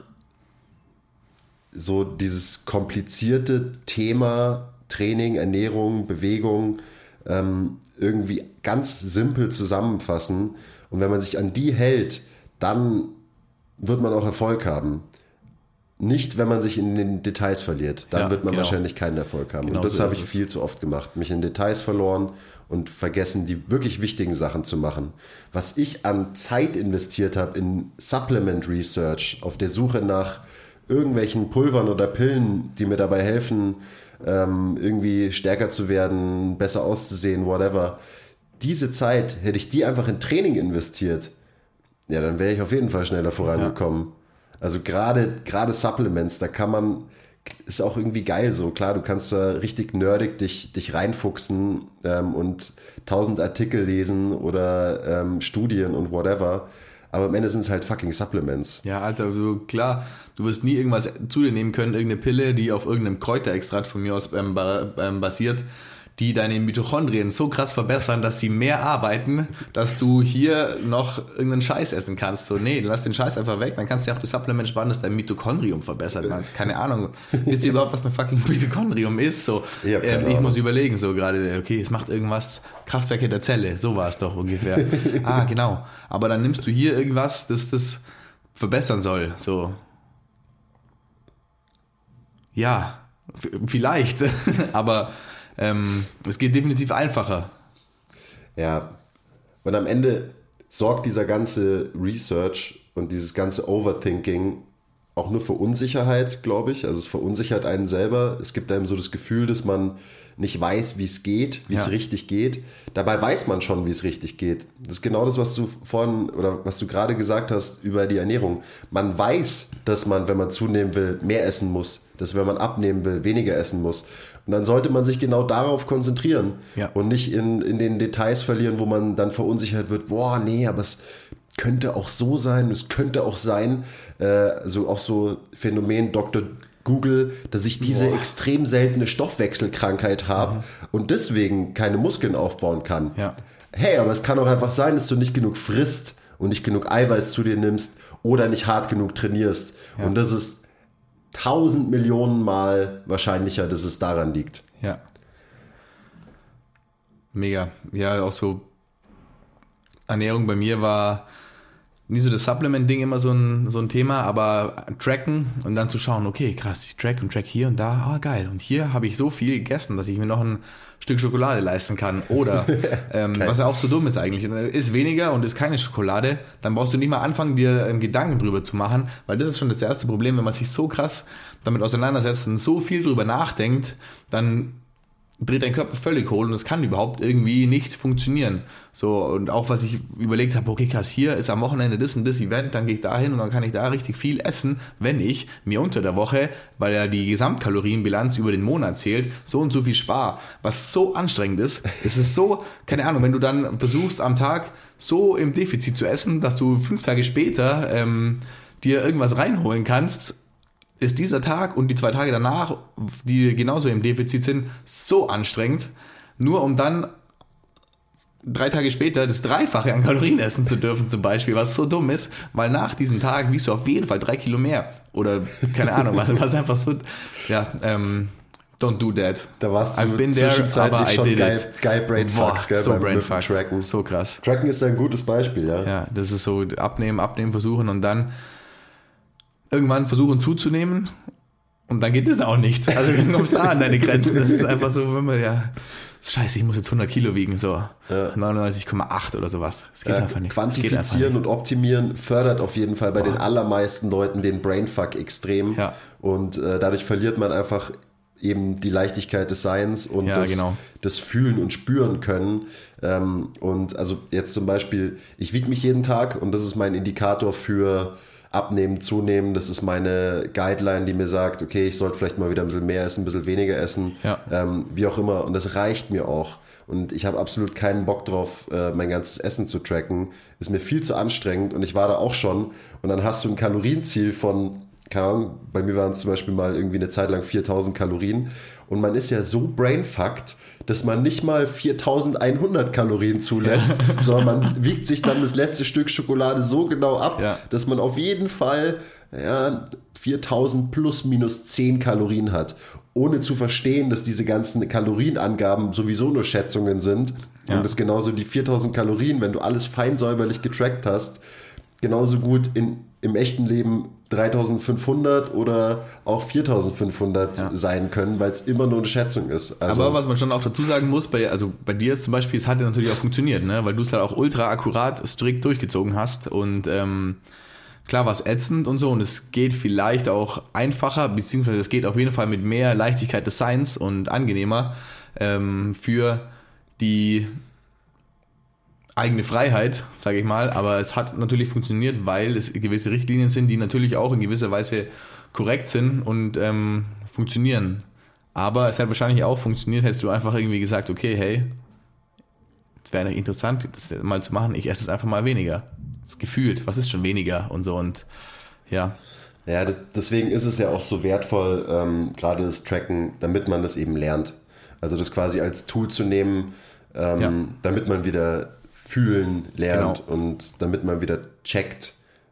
so dieses komplizierte Thema Training, Ernährung, Bewegung ähm, irgendwie ganz simpel zusammenfassen. Und wenn man sich an die hält, dann wird man auch Erfolg haben. Nicht, wenn man sich in den Details verliert. Dann ja, wird man genau. wahrscheinlich keinen Erfolg haben. Genau und das so habe ich viel zu oft gemacht. Mich in Details verloren und vergessen, die wirklich wichtigen Sachen zu machen. Was ich an Zeit investiert habe in Supplement Research, auf der Suche nach irgendwelchen Pulvern oder Pillen, die mir dabei helfen, ähm, irgendwie stärker zu werden, besser auszusehen, whatever. Diese Zeit, hätte ich die einfach in Training investiert, ja, dann wäre ich auf jeden Fall schneller vorangekommen. Ja. Also gerade gerade Supplements, da kann man, ist auch irgendwie geil so. Klar, du kannst da richtig nerdig dich, dich reinfuchsen ähm, und tausend Artikel lesen oder ähm, Studien und whatever. Aber am Ende sind es halt fucking Supplements. Ja, Alter, also klar, du wirst nie irgendwas zu dir nehmen können, irgendeine Pille, die auf irgendeinem Kräuterextrakt von mir aus ähm, basiert, die deine Mitochondrien so krass verbessern, dass sie mehr arbeiten, dass du hier noch irgendeinen Scheiß essen kannst. So, nee, lass den Scheiß einfach weg, dann kannst du ja auch das Supplement sparen, dass dein Mitochondrium verbessert. Man, keine Ahnung, wisst ihr überhaupt, was ein fucking Mitochondrium ist? So, ich, ähm, ich muss überlegen, so gerade, okay, es macht irgendwas, Kraftwerke der Zelle, so war es doch ungefähr. Ah, genau. Aber dann nimmst du hier irgendwas, das das verbessern soll, so. Ja, f- vielleicht, aber Ähm, es geht definitiv einfacher. Ja, und am Ende sorgt dieser ganze Research und dieses ganze Overthinking auch nur für Unsicherheit, glaube ich. Also es verunsichert einen selber. Es gibt einem so das Gefühl, dass man nicht weiß, wie es geht, wie ja. es richtig geht. Dabei weiß man schon, wie es richtig geht. Das ist genau das, was du vorhin oder was du gerade gesagt hast über die Ernährung. Man weiß, dass man, wenn man zunehmen will, mehr essen muss. Dass wenn man abnehmen will, weniger essen muss. Und dann sollte man sich genau darauf konzentrieren ja. und nicht in, in den Details verlieren, wo man dann verunsichert wird. Boah, nee, aber es könnte auch so sein, es könnte auch sein. Äh, also auch so Phänomen Doktor Google, dass ich diese Boah. extrem seltene Stoffwechselkrankheit habe mhm. und deswegen keine Muskeln aufbauen kann. Ja. Hey, aber es kann auch einfach sein, dass du nicht genug frisst und nicht genug Eiweiß zu dir nimmst oder nicht hart genug trainierst. Ja. Und das ist tausend Millionen Mal wahrscheinlicher, dass es daran liegt. Ja. Mega. Ja, auch so Ernährung bei mir war nie so das Supplement-Ding immer so ein, so ein Thema, aber tracken und dann zu schauen, okay, krass, ich track und track hier und da, ah, geil. Und hier habe ich so viel gegessen, dass ich mir noch ein Stück Schokolade leisten kann. Oder, ähm, was ja auch so dumm ist eigentlich, ist weniger und ist keine Schokolade, dann brauchst du nicht mal anfangen, dir ähm, Gedanken drüber zu machen, weil das ist schon das erste Problem, wenn man sich so krass damit auseinandersetzt und so viel drüber nachdenkt, dann dreht dein Körper völlig hohl und das kann überhaupt irgendwie nicht funktionieren. So, und auch was ich überlegt habe, okay, krass, hier ist am Wochenende das und das Event, dann gehe ich da hin und dann kann ich da richtig viel essen, wenn ich mir unter der Woche, weil ja die Gesamtkalorienbilanz über den Monat zählt, so und so viel spare, was so anstrengend ist. Es ist so, keine Ahnung, wenn du dann versuchst am Tag so im Defizit zu essen, dass du fünf Tage später ähm, dir irgendwas reinholen kannst, ist dieser Tag und die zwei Tage danach, die genauso im Defizit sind, so anstrengend, nur um dann drei Tage später das Dreifache an Kalorien essen zu dürfen zum Beispiel, was so dumm ist, weil nach diesem Tag wiegst du auf jeden Fall drei Kilo mehr oder keine Ahnung, was, was einfach so, ja, ähm, don't do that. Da warst du I've been there, aber I schon did geil, it. geil Brainfucked, gell, so beim Brainfucked, Tracken. so krass. Tracken ist ein gutes Beispiel, ja. Ja, das ist so abnehmen, abnehmen, versuchen und dann irgendwann versuchen zuzunehmen und dann geht es auch nicht. Also du kommst da an deine Grenzen. Das ist einfach so, wenn man ja, scheiße, ich muss jetzt hundert Kilo wiegen, so ja. neunundneunzig Komma acht oder sowas. Das geht ja, einfach nicht. Quantifizieren einfach nicht. und optimieren fördert auf jeden Fall bei Boah. den allermeisten Leuten den Brainfuck extrem. Ja. Und äh, dadurch verliert man einfach eben die Leichtigkeit des Seins und Ja, das, genau. das Fühlen und Spüren können. Ähm, und also jetzt zum Beispiel, ich wiege mich jeden Tag und das ist mein Indikator für Abnehmen, zunehmen. Das ist meine Guideline, die mir sagt, okay, ich sollte vielleicht mal wieder ein bisschen mehr essen, ein bisschen weniger essen, Ja. ähm, wie auch immer. Und das reicht mir auch. Und ich habe absolut keinen Bock drauf, äh, mein ganzes Essen zu tracken. Ist mir viel zu anstrengend und ich war da auch schon. Und dann hast du ein Kalorienziel von, keine Ahnung, bei mir waren es zum Beispiel mal irgendwie eine Zeit lang viertausend Kalorien. Und man ist ja so brainfucked, dass man nicht mal viertausendeinhundert Kalorien zulässt, sondern man wiegt sich dann das letzte Stück Schokolade so genau ab, Ja. dass man auf jeden Fall ja, viertausend plus minus zehn Kalorien hat, ohne zu verstehen, dass diese ganzen Kalorienangaben sowieso nur Schätzungen sind. Ja. Und dass genauso die viertausend Kalorien, wenn du alles fein säuberlich getrackt hast, genauso gut in, im echten Leben dreitausendfünfhundert oder auch viertausendfünfhundert Ja. sein können, weil es immer nur eine Schätzung ist. Also, Aber was man schon auch dazu sagen muss, bei, also bei dir zum Beispiel, es hat ja natürlich auch funktioniert, ne? Weil du es halt auch ultra akkurat, strikt durchgezogen hast und ähm, klar war es ätzend und so und es geht vielleicht auch einfacher, beziehungsweise es geht auf jeden Fall mit mehr Leichtigkeit des Seins und angenehmer ähm, für die eigene Freiheit, sage ich mal, aber es hat natürlich funktioniert, weil es gewisse Richtlinien sind, die natürlich auch in gewisser Weise korrekt sind und ähm, funktionieren. Aber es hat wahrscheinlich auch funktioniert, hättest du einfach irgendwie gesagt, okay, hey, es wäre eigentlich interessant, das mal zu machen, ich esse es einfach mal weniger. Das gefühlt, was ist schon weniger und so und ja. Ja, das, deswegen ist es ja auch so wertvoll, ähm, gerade das Tracken, damit man das eben lernt. Also das quasi als Tool zu nehmen, ähm, Ja. damit man wieder fühlen lernt Genau. und damit man wieder checkt,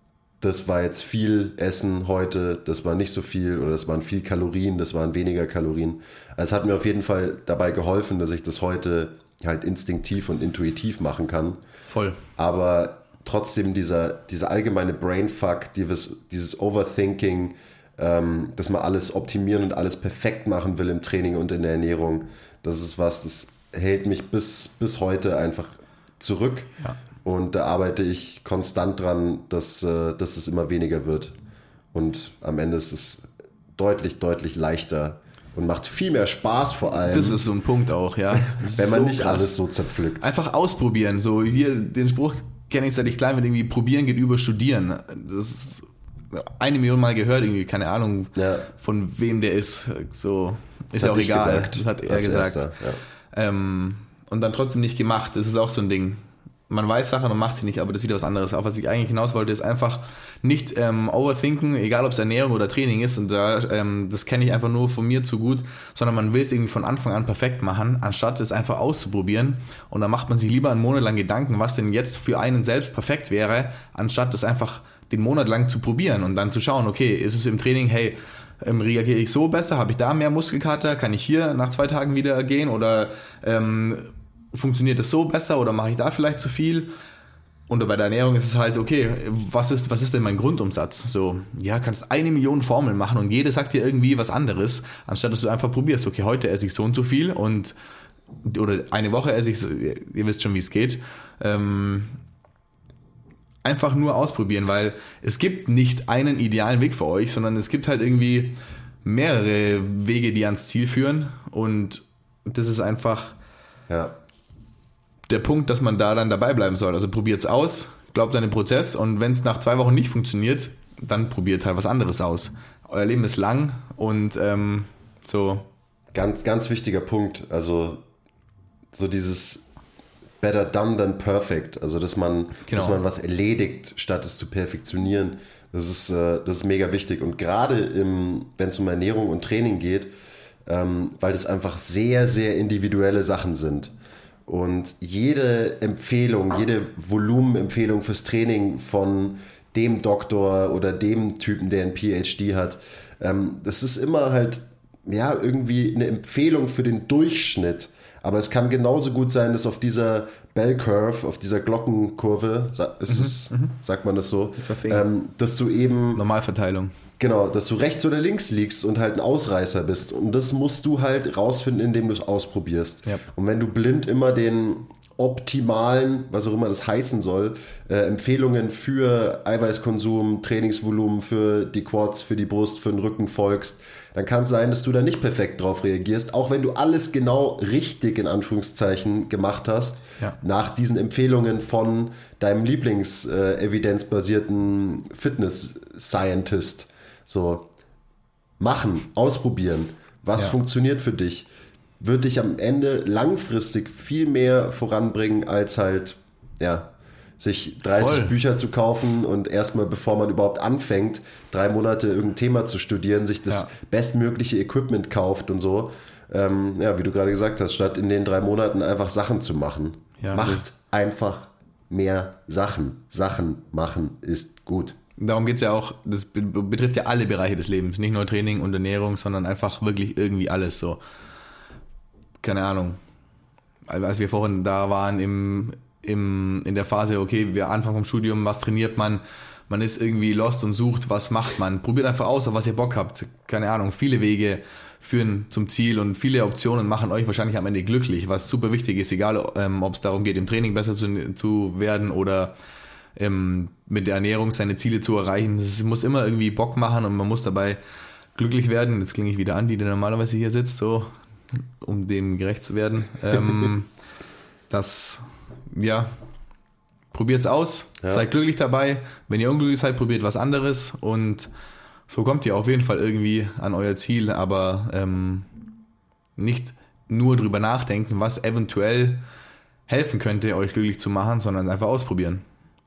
das war jetzt viel Essen heute, das war nicht so viel oder das waren viel Kalorien, das waren weniger Kalorien. Also es hat mir auf jeden Fall dabei geholfen, dass ich das heute halt instinktiv und intuitiv machen kann. Voll. Aber trotzdem dieser, dieser allgemeine Brainfuck, dieses, dieses Overthinking, ähm, dass man alles optimieren und alles perfekt machen will im Training und in der Ernährung, das ist was, das hält mich bis, bis heute einfach zurück. Ja. Und da arbeite ich konstant dran, dass, äh, dass es immer weniger wird. Und am Ende ist es deutlich, deutlich leichter und macht viel mehr Spaß vor allem, Das ist so ein Punkt auch, ja. wenn man So nicht krass. alles so zerpflückt. Einfach ausprobieren. So hier den Spruch kenne ich seit ich klein bin, irgendwie probieren geht über studieren. Das ist eine Million Mal gehört, irgendwie, keine Ahnung, Ja. von wem der ist. So, ist Das ja hab auch ich egal. gesagt, Das hat er als gesagt. erster, ja. Ähm, und dann trotzdem nicht gemacht. Das ist auch so ein Ding. Man weiß Sachen und macht sie nicht, aber das ist wieder was anderes. Auf was ich eigentlich hinaus wollte, ist einfach nicht ähm, overthinken, egal ob es Ernährung oder Training ist. Und da, ähm, das kenne ich einfach nur von mir zu gut, sondern man will es irgendwie von Anfang an perfekt machen, anstatt es einfach auszuprobieren. Und dann macht man sich lieber einen Monat lang Gedanken, was denn jetzt für einen selbst perfekt wäre, anstatt das einfach den Monat lang zu probieren und dann zu schauen, okay, ist es im Training, hey, ähm, reagiere ich so besser, habe ich da mehr Muskelkater, kann ich hier nach zwei Tagen wieder gehen oder ähm, funktioniert das so besser oder mache ich da vielleicht zu viel? Und bei der Ernährung ist es halt, okay, was ist, was ist denn mein Grundumsatz? So, ja, kannst eine Million Formeln machen und jede sagt dir irgendwie was anderes, anstatt dass du einfach probierst, okay, heute esse ich so und so viel und oder eine Woche esse ich so, ihr wisst schon, wie es geht. Ähm, einfach nur ausprobieren, weil es gibt nicht einen idealen Weg für euch, sondern es gibt halt irgendwie mehrere Wege, die ans Ziel führen und das ist einfach Ja. der Punkt, dass man da dann dabei bleiben soll. Also probiert's aus, glaubt an den Prozess und wenn es nach zwei Wochen nicht funktioniert, dann probiert halt was anderes aus. Euer Leben ist lang und ähm, so. Ganz, ganz wichtiger Punkt. Also so dieses better done than perfect. Also dass man, Genau. dass man was erledigt, statt es zu perfektionieren. Das ist, äh, das ist mega wichtig. Und gerade im, wenn es um Ernährung und Training geht, ähm, weil das einfach sehr, sehr individuelle Sachen sind. Und jede Empfehlung, jede Volumenempfehlung fürs Training von dem Doktor oder dem Typen, der ein P H D hat, ähm, das ist immer halt ja irgendwie eine Empfehlung für den Durchschnitt. Aber es kann genauso gut sein, dass auf dieser Bell Curve, auf dieser Glockenkurve, ist es, mhm, sagt man das so, ähm, dass du eben Normalverteilung. Genau, dass du rechts oder links liegst und halt ein Ausreißer bist. Und das musst du halt rausfinden, indem du es ausprobierst. Yep. Und wenn du blind immer den optimalen, was auch immer das heißen soll, äh, Empfehlungen für Eiweißkonsum, Trainingsvolumen für die Quads, für die Brust, für den Rücken folgst, dann kann es sein, dass du da nicht perfekt drauf reagierst, auch wenn du alles genau richtig in Anführungszeichen gemacht hast, ja. nach diesen Empfehlungen von deinem Lieblings-evidenzbasierten äh, Fitness-Scientist. So, machen, ausprobieren, was ja. funktioniert für dich, wird dich am Ende langfristig viel mehr voranbringen, als halt, ja, sich dreißig Voll. Bücher zu kaufen und erstmal, bevor man überhaupt anfängt, drei Monate irgendein Thema zu studieren, sich das ja. bestmögliche Equipment kauft und so. Ähm, ja, wie du gerade gesagt hast, statt in den drei Monaten einfach Sachen zu machen. Ja, Macht einfach mehr Sachen. Sachen machen ist gut. Darum geht es ja auch, das betrifft ja alle Bereiche des Lebens, nicht nur Training und Ernährung, sondern einfach wirklich irgendwie alles so. Keine Ahnung. Als wir vorhin da waren im, im, in der Phase, okay, wir Anfang vom Studium, was trainiert man? Man ist irgendwie lost und sucht, was macht man? Probiert einfach aus, auf was ihr Bock habt. Keine Ahnung, viele Wege führen zum Ziel und viele Optionen machen euch wahrscheinlich am Ende glücklich, was super wichtig ist, egal ähm, ob es darum geht, im Training besser zu, zu werden oder ähm, mit der Ernährung seine Ziele zu erreichen. Es muss immer irgendwie Bock machen und man muss dabei glücklich werden. Jetzt klinge ich wieder an, die der normalerweise hier sitzt, so, um dem gerecht zu werden. Ähm, das, ja, probiert's aus, ja. Seid glücklich dabei. Wenn ihr unglücklich seid, probiert was anderes und so kommt ihr auf jeden Fall irgendwie an euer Ziel, aber ähm, nicht nur drüber nachdenken, was eventuell helfen könnte, euch glücklich zu machen, sondern einfach ausprobieren.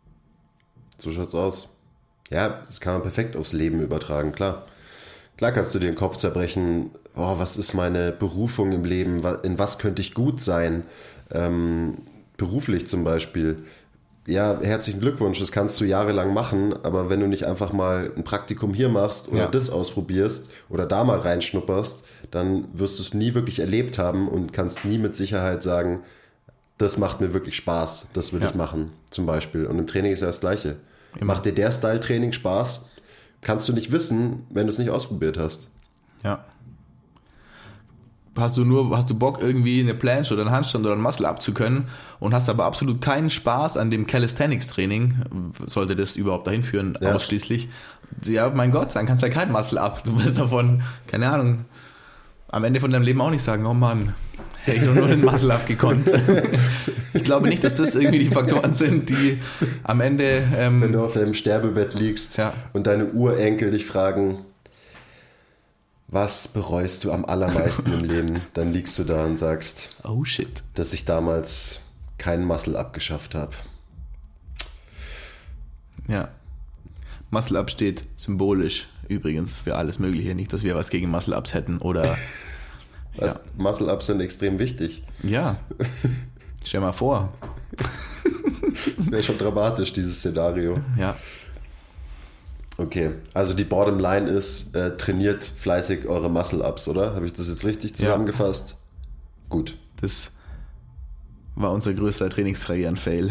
So schaut's aus. Ja, das kann man perfekt aufs Leben übertragen, klar. Klar kannst du dir den Kopf zerbrechen, oh, was ist meine Berufung im Leben, in was könnte ich gut sein, ähm, beruflich zum Beispiel. Ja, herzlichen Glückwunsch, das kannst du jahrelang machen, aber wenn du nicht einfach mal ein Praktikum hier machst oder ja. das ausprobierst oder da mal reinschnupperst, dann wirst du es nie wirklich erlebt haben und kannst nie mit Sicherheit sagen, das macht mir wirklich Spaß, das will ja. ich machen, zum Beispiel. Und im Training ist ja das Gleiche. Immer. Macht dir der Style-Training Spaß, kannst du nicht wissen, wenn du es nicht ausprobiert hast. Ja. Hast du nur, hast du Bock, irgendwie eine Planche oder einen Handstand oder einen Muscle-Up zu können und hast aber absolut keinen Spaß an dem Calisthenics-Training, sollte das überhaupt dahin führen, ja. ausschließlich. Ja, mein Gott, dann kannst du ja kein Muscle-Up. Du wirst davon, keine Ahnung, am Ende von deinem Leben auch nicht sagen, oh Mann, hätte ich doch nur den Muscle-Up gekonnt. Ich glaube nicht, dass das irgendwie die Faktoren sind, die am Ende... Ähm, Wenn du auf deinem Sterbebett liegst ja. und deine Urenkel dich fragen, was bereust du am allermeisten im Leben, dann liegst du da und sagst, oh shit, dass ich damals keinen Muscle-Up geschafft habe. Ja. Muscle-Up steht symbolisch übrigens für alles Mögliche. Nicht, dass wir was gegen Muscle-Ups hätten oder... Also ja. Muscle-Ups sind extrem wichtig. Ja. Stell mal vor. Das wäre schon dramatisch, dieses Szenario. Ja. Okay, also die Bottomline ist, äh, trainiert fleißig eure Muscle-Ups, oder? Habe ich das jetzt richtig zusammengefasst? Ja. Gut. Das war unser größter Trainingskarrieren-Fail.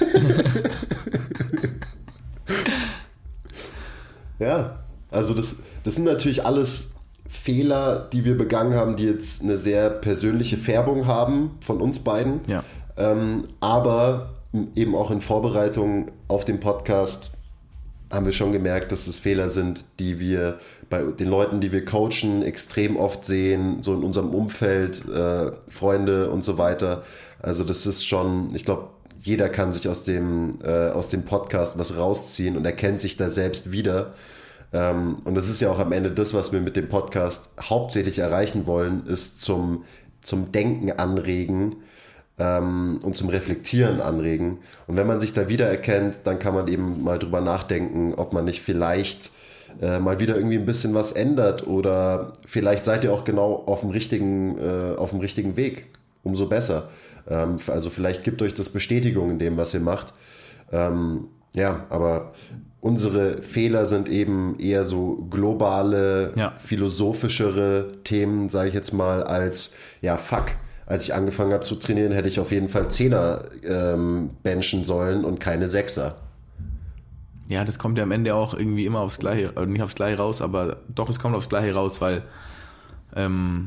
Ja, also das, das sind natürlich alles Fehler, die wir begangen haben, die jetzt eine sehr persönliche Färbung haben von uns beiden. Ja. Ähm, aber eben auch in Vorbereitung auf den Podcast haben wir schon gemerkt, dass es Fehler sind, die wir bei den Leuten, die wir coachen, extrem oft sehen, so in unserem Umfeld, äh, Freunde und so weiter. Also das ist schon, ich glaube, jeder kann sich aus dem, äh, aus dem Podcast was rausziehen und erkennt sich da selbst wieder. Ähm, und das ist ja auch am Ende das, was wir mit dem Podcast hauptsächlich erreichen wollen, ist zum, zum Denken anregen ähm, und zum Reflektieren anregen. Und wenn man sich da wiedererkennt, dann kann man eben mal drüber nachdenken, ob man nicht vielleicht äh, mal wieder irgendwie ein bisschen was ändert oder vielleicht seid ihr auch genau auf dem richtigen, äh, auf dem richtigen Weg. Umso besser. Ähm, also vielleicht gibt euch das Bestätigung in dem, was ihr macht. Ähm, ja, aber unsere Fehler sind eben eher so globale, ja. philosophischere Themen, sage ich jetzt mal, als, ja, fuck, als ich angefangen habe zu trainieren, hätte ich auf jeden Fall Zehner ähm, benchen sollen und keine Sechser. Ja, das kommt ja am Ende auch irgendwie immer aufs Gleiche, nicht aufs Gleiche raus, aber doch, es kommt aufs Gleiche raus, weil ähm,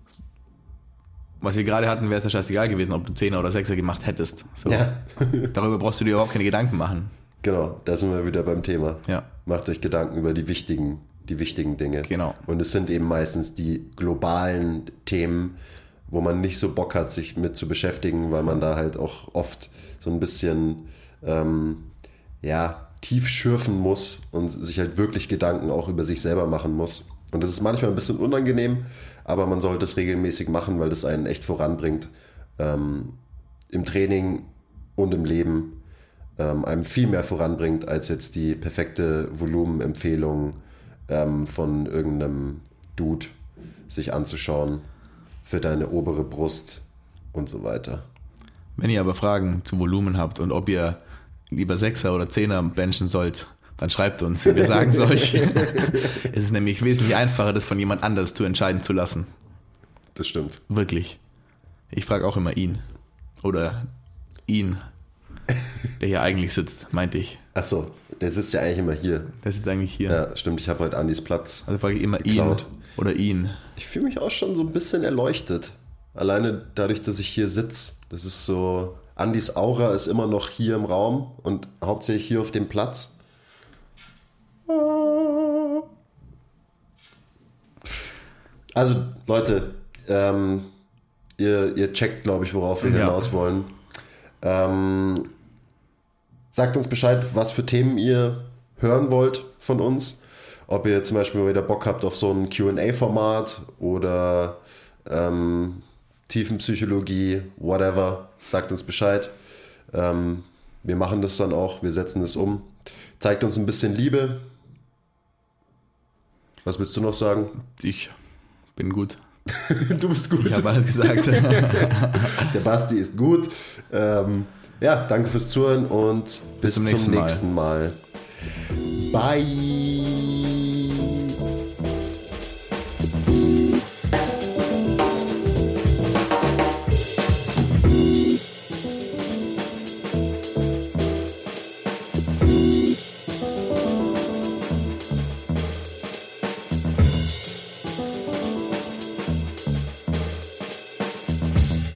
was wir gerade hatten, wäre es ja scheißegal gewesen, ob du Zehner oder Sechser gemacht hättest. So. Ja. Darüber brauchst du dir überhaupt keine Gedanken machen. Genau, da sind wir wieder beim Thema. Ja. Macht euch Gedanken über die wichtigen, die wichtigen Dinge. Genau. Und es sind eben meistens die globalen Themen, wo man nicht so Bock hat, sich mit zu beschäftigen, weil man da halt auch oft so ein bisschen ähm, ja, tief schürfen muss und sich halt wirklich Gedanken auch über sich selber machen muss. Und das ist manchmal ein bisschen unangenehm, aber man sollte es regelmäßig machen, weil das einen echt voranbringt. Ähm, im Training und im Leben ähm, einem viel mehr voranbringt, als jetzt die perfekte Volumenempfehlung ähm, von irgendeinem Dude sich anzuschauen für deine obere Brust und so weiter. Wenn ihr aber Fragen zu Volumen habt und ob ihr lieber Sechser oder Zehner benchen sollt, dann schreibt uns, wir sagen es euch. Es ist nämlich wesentlich einfacher, das von jemand anders zu entscheiden zu lassen. Das stimmt. Wirklich. Ich frage auch immer ihn. Oder ihn, der hier eigentlich sitzt, meinte ich. Ach so, der sitzt ja eigentlich immer hier. Der sitzt eigentlich hier. Ja, stimmt, ich habe heute Andis Platz. Also frage ich immer geklaut. ihn oder ihn. Ich fühle mich auch schon so ein bisschen erleuchtet. Alleine dadurch, dass ich hier sitze. Das ist so, Andis Aura ist immer noch hier im Raum und hauptsächlich hier auf dem Platz. Also, Leute, ähm, ihr, ihr checkt, glaube ich, worauf wir Ja. hinaus wollen. Ähm, sagt uns Bescheid, was für Themen ihr hören wollt von uns. Ob ihr zum Beispiel mal wieder Bock habt auf so ein Q and A-Format oder ähm, Tiefenpsychologie, whatever. Sagt uns Bescheid. Ähm, wir machen das dann auch, wir setzen das um. Zeigt uns ein bisschen Liebe. Was willst du noch sagen? Ich bin gut. Du bist gut. Ich habe alles gesagt. Der Basti ist gut. Ähm, ja, danke fürs Zuhören und bis, zum zum nächsten Mal. nächsten Mal. Bye.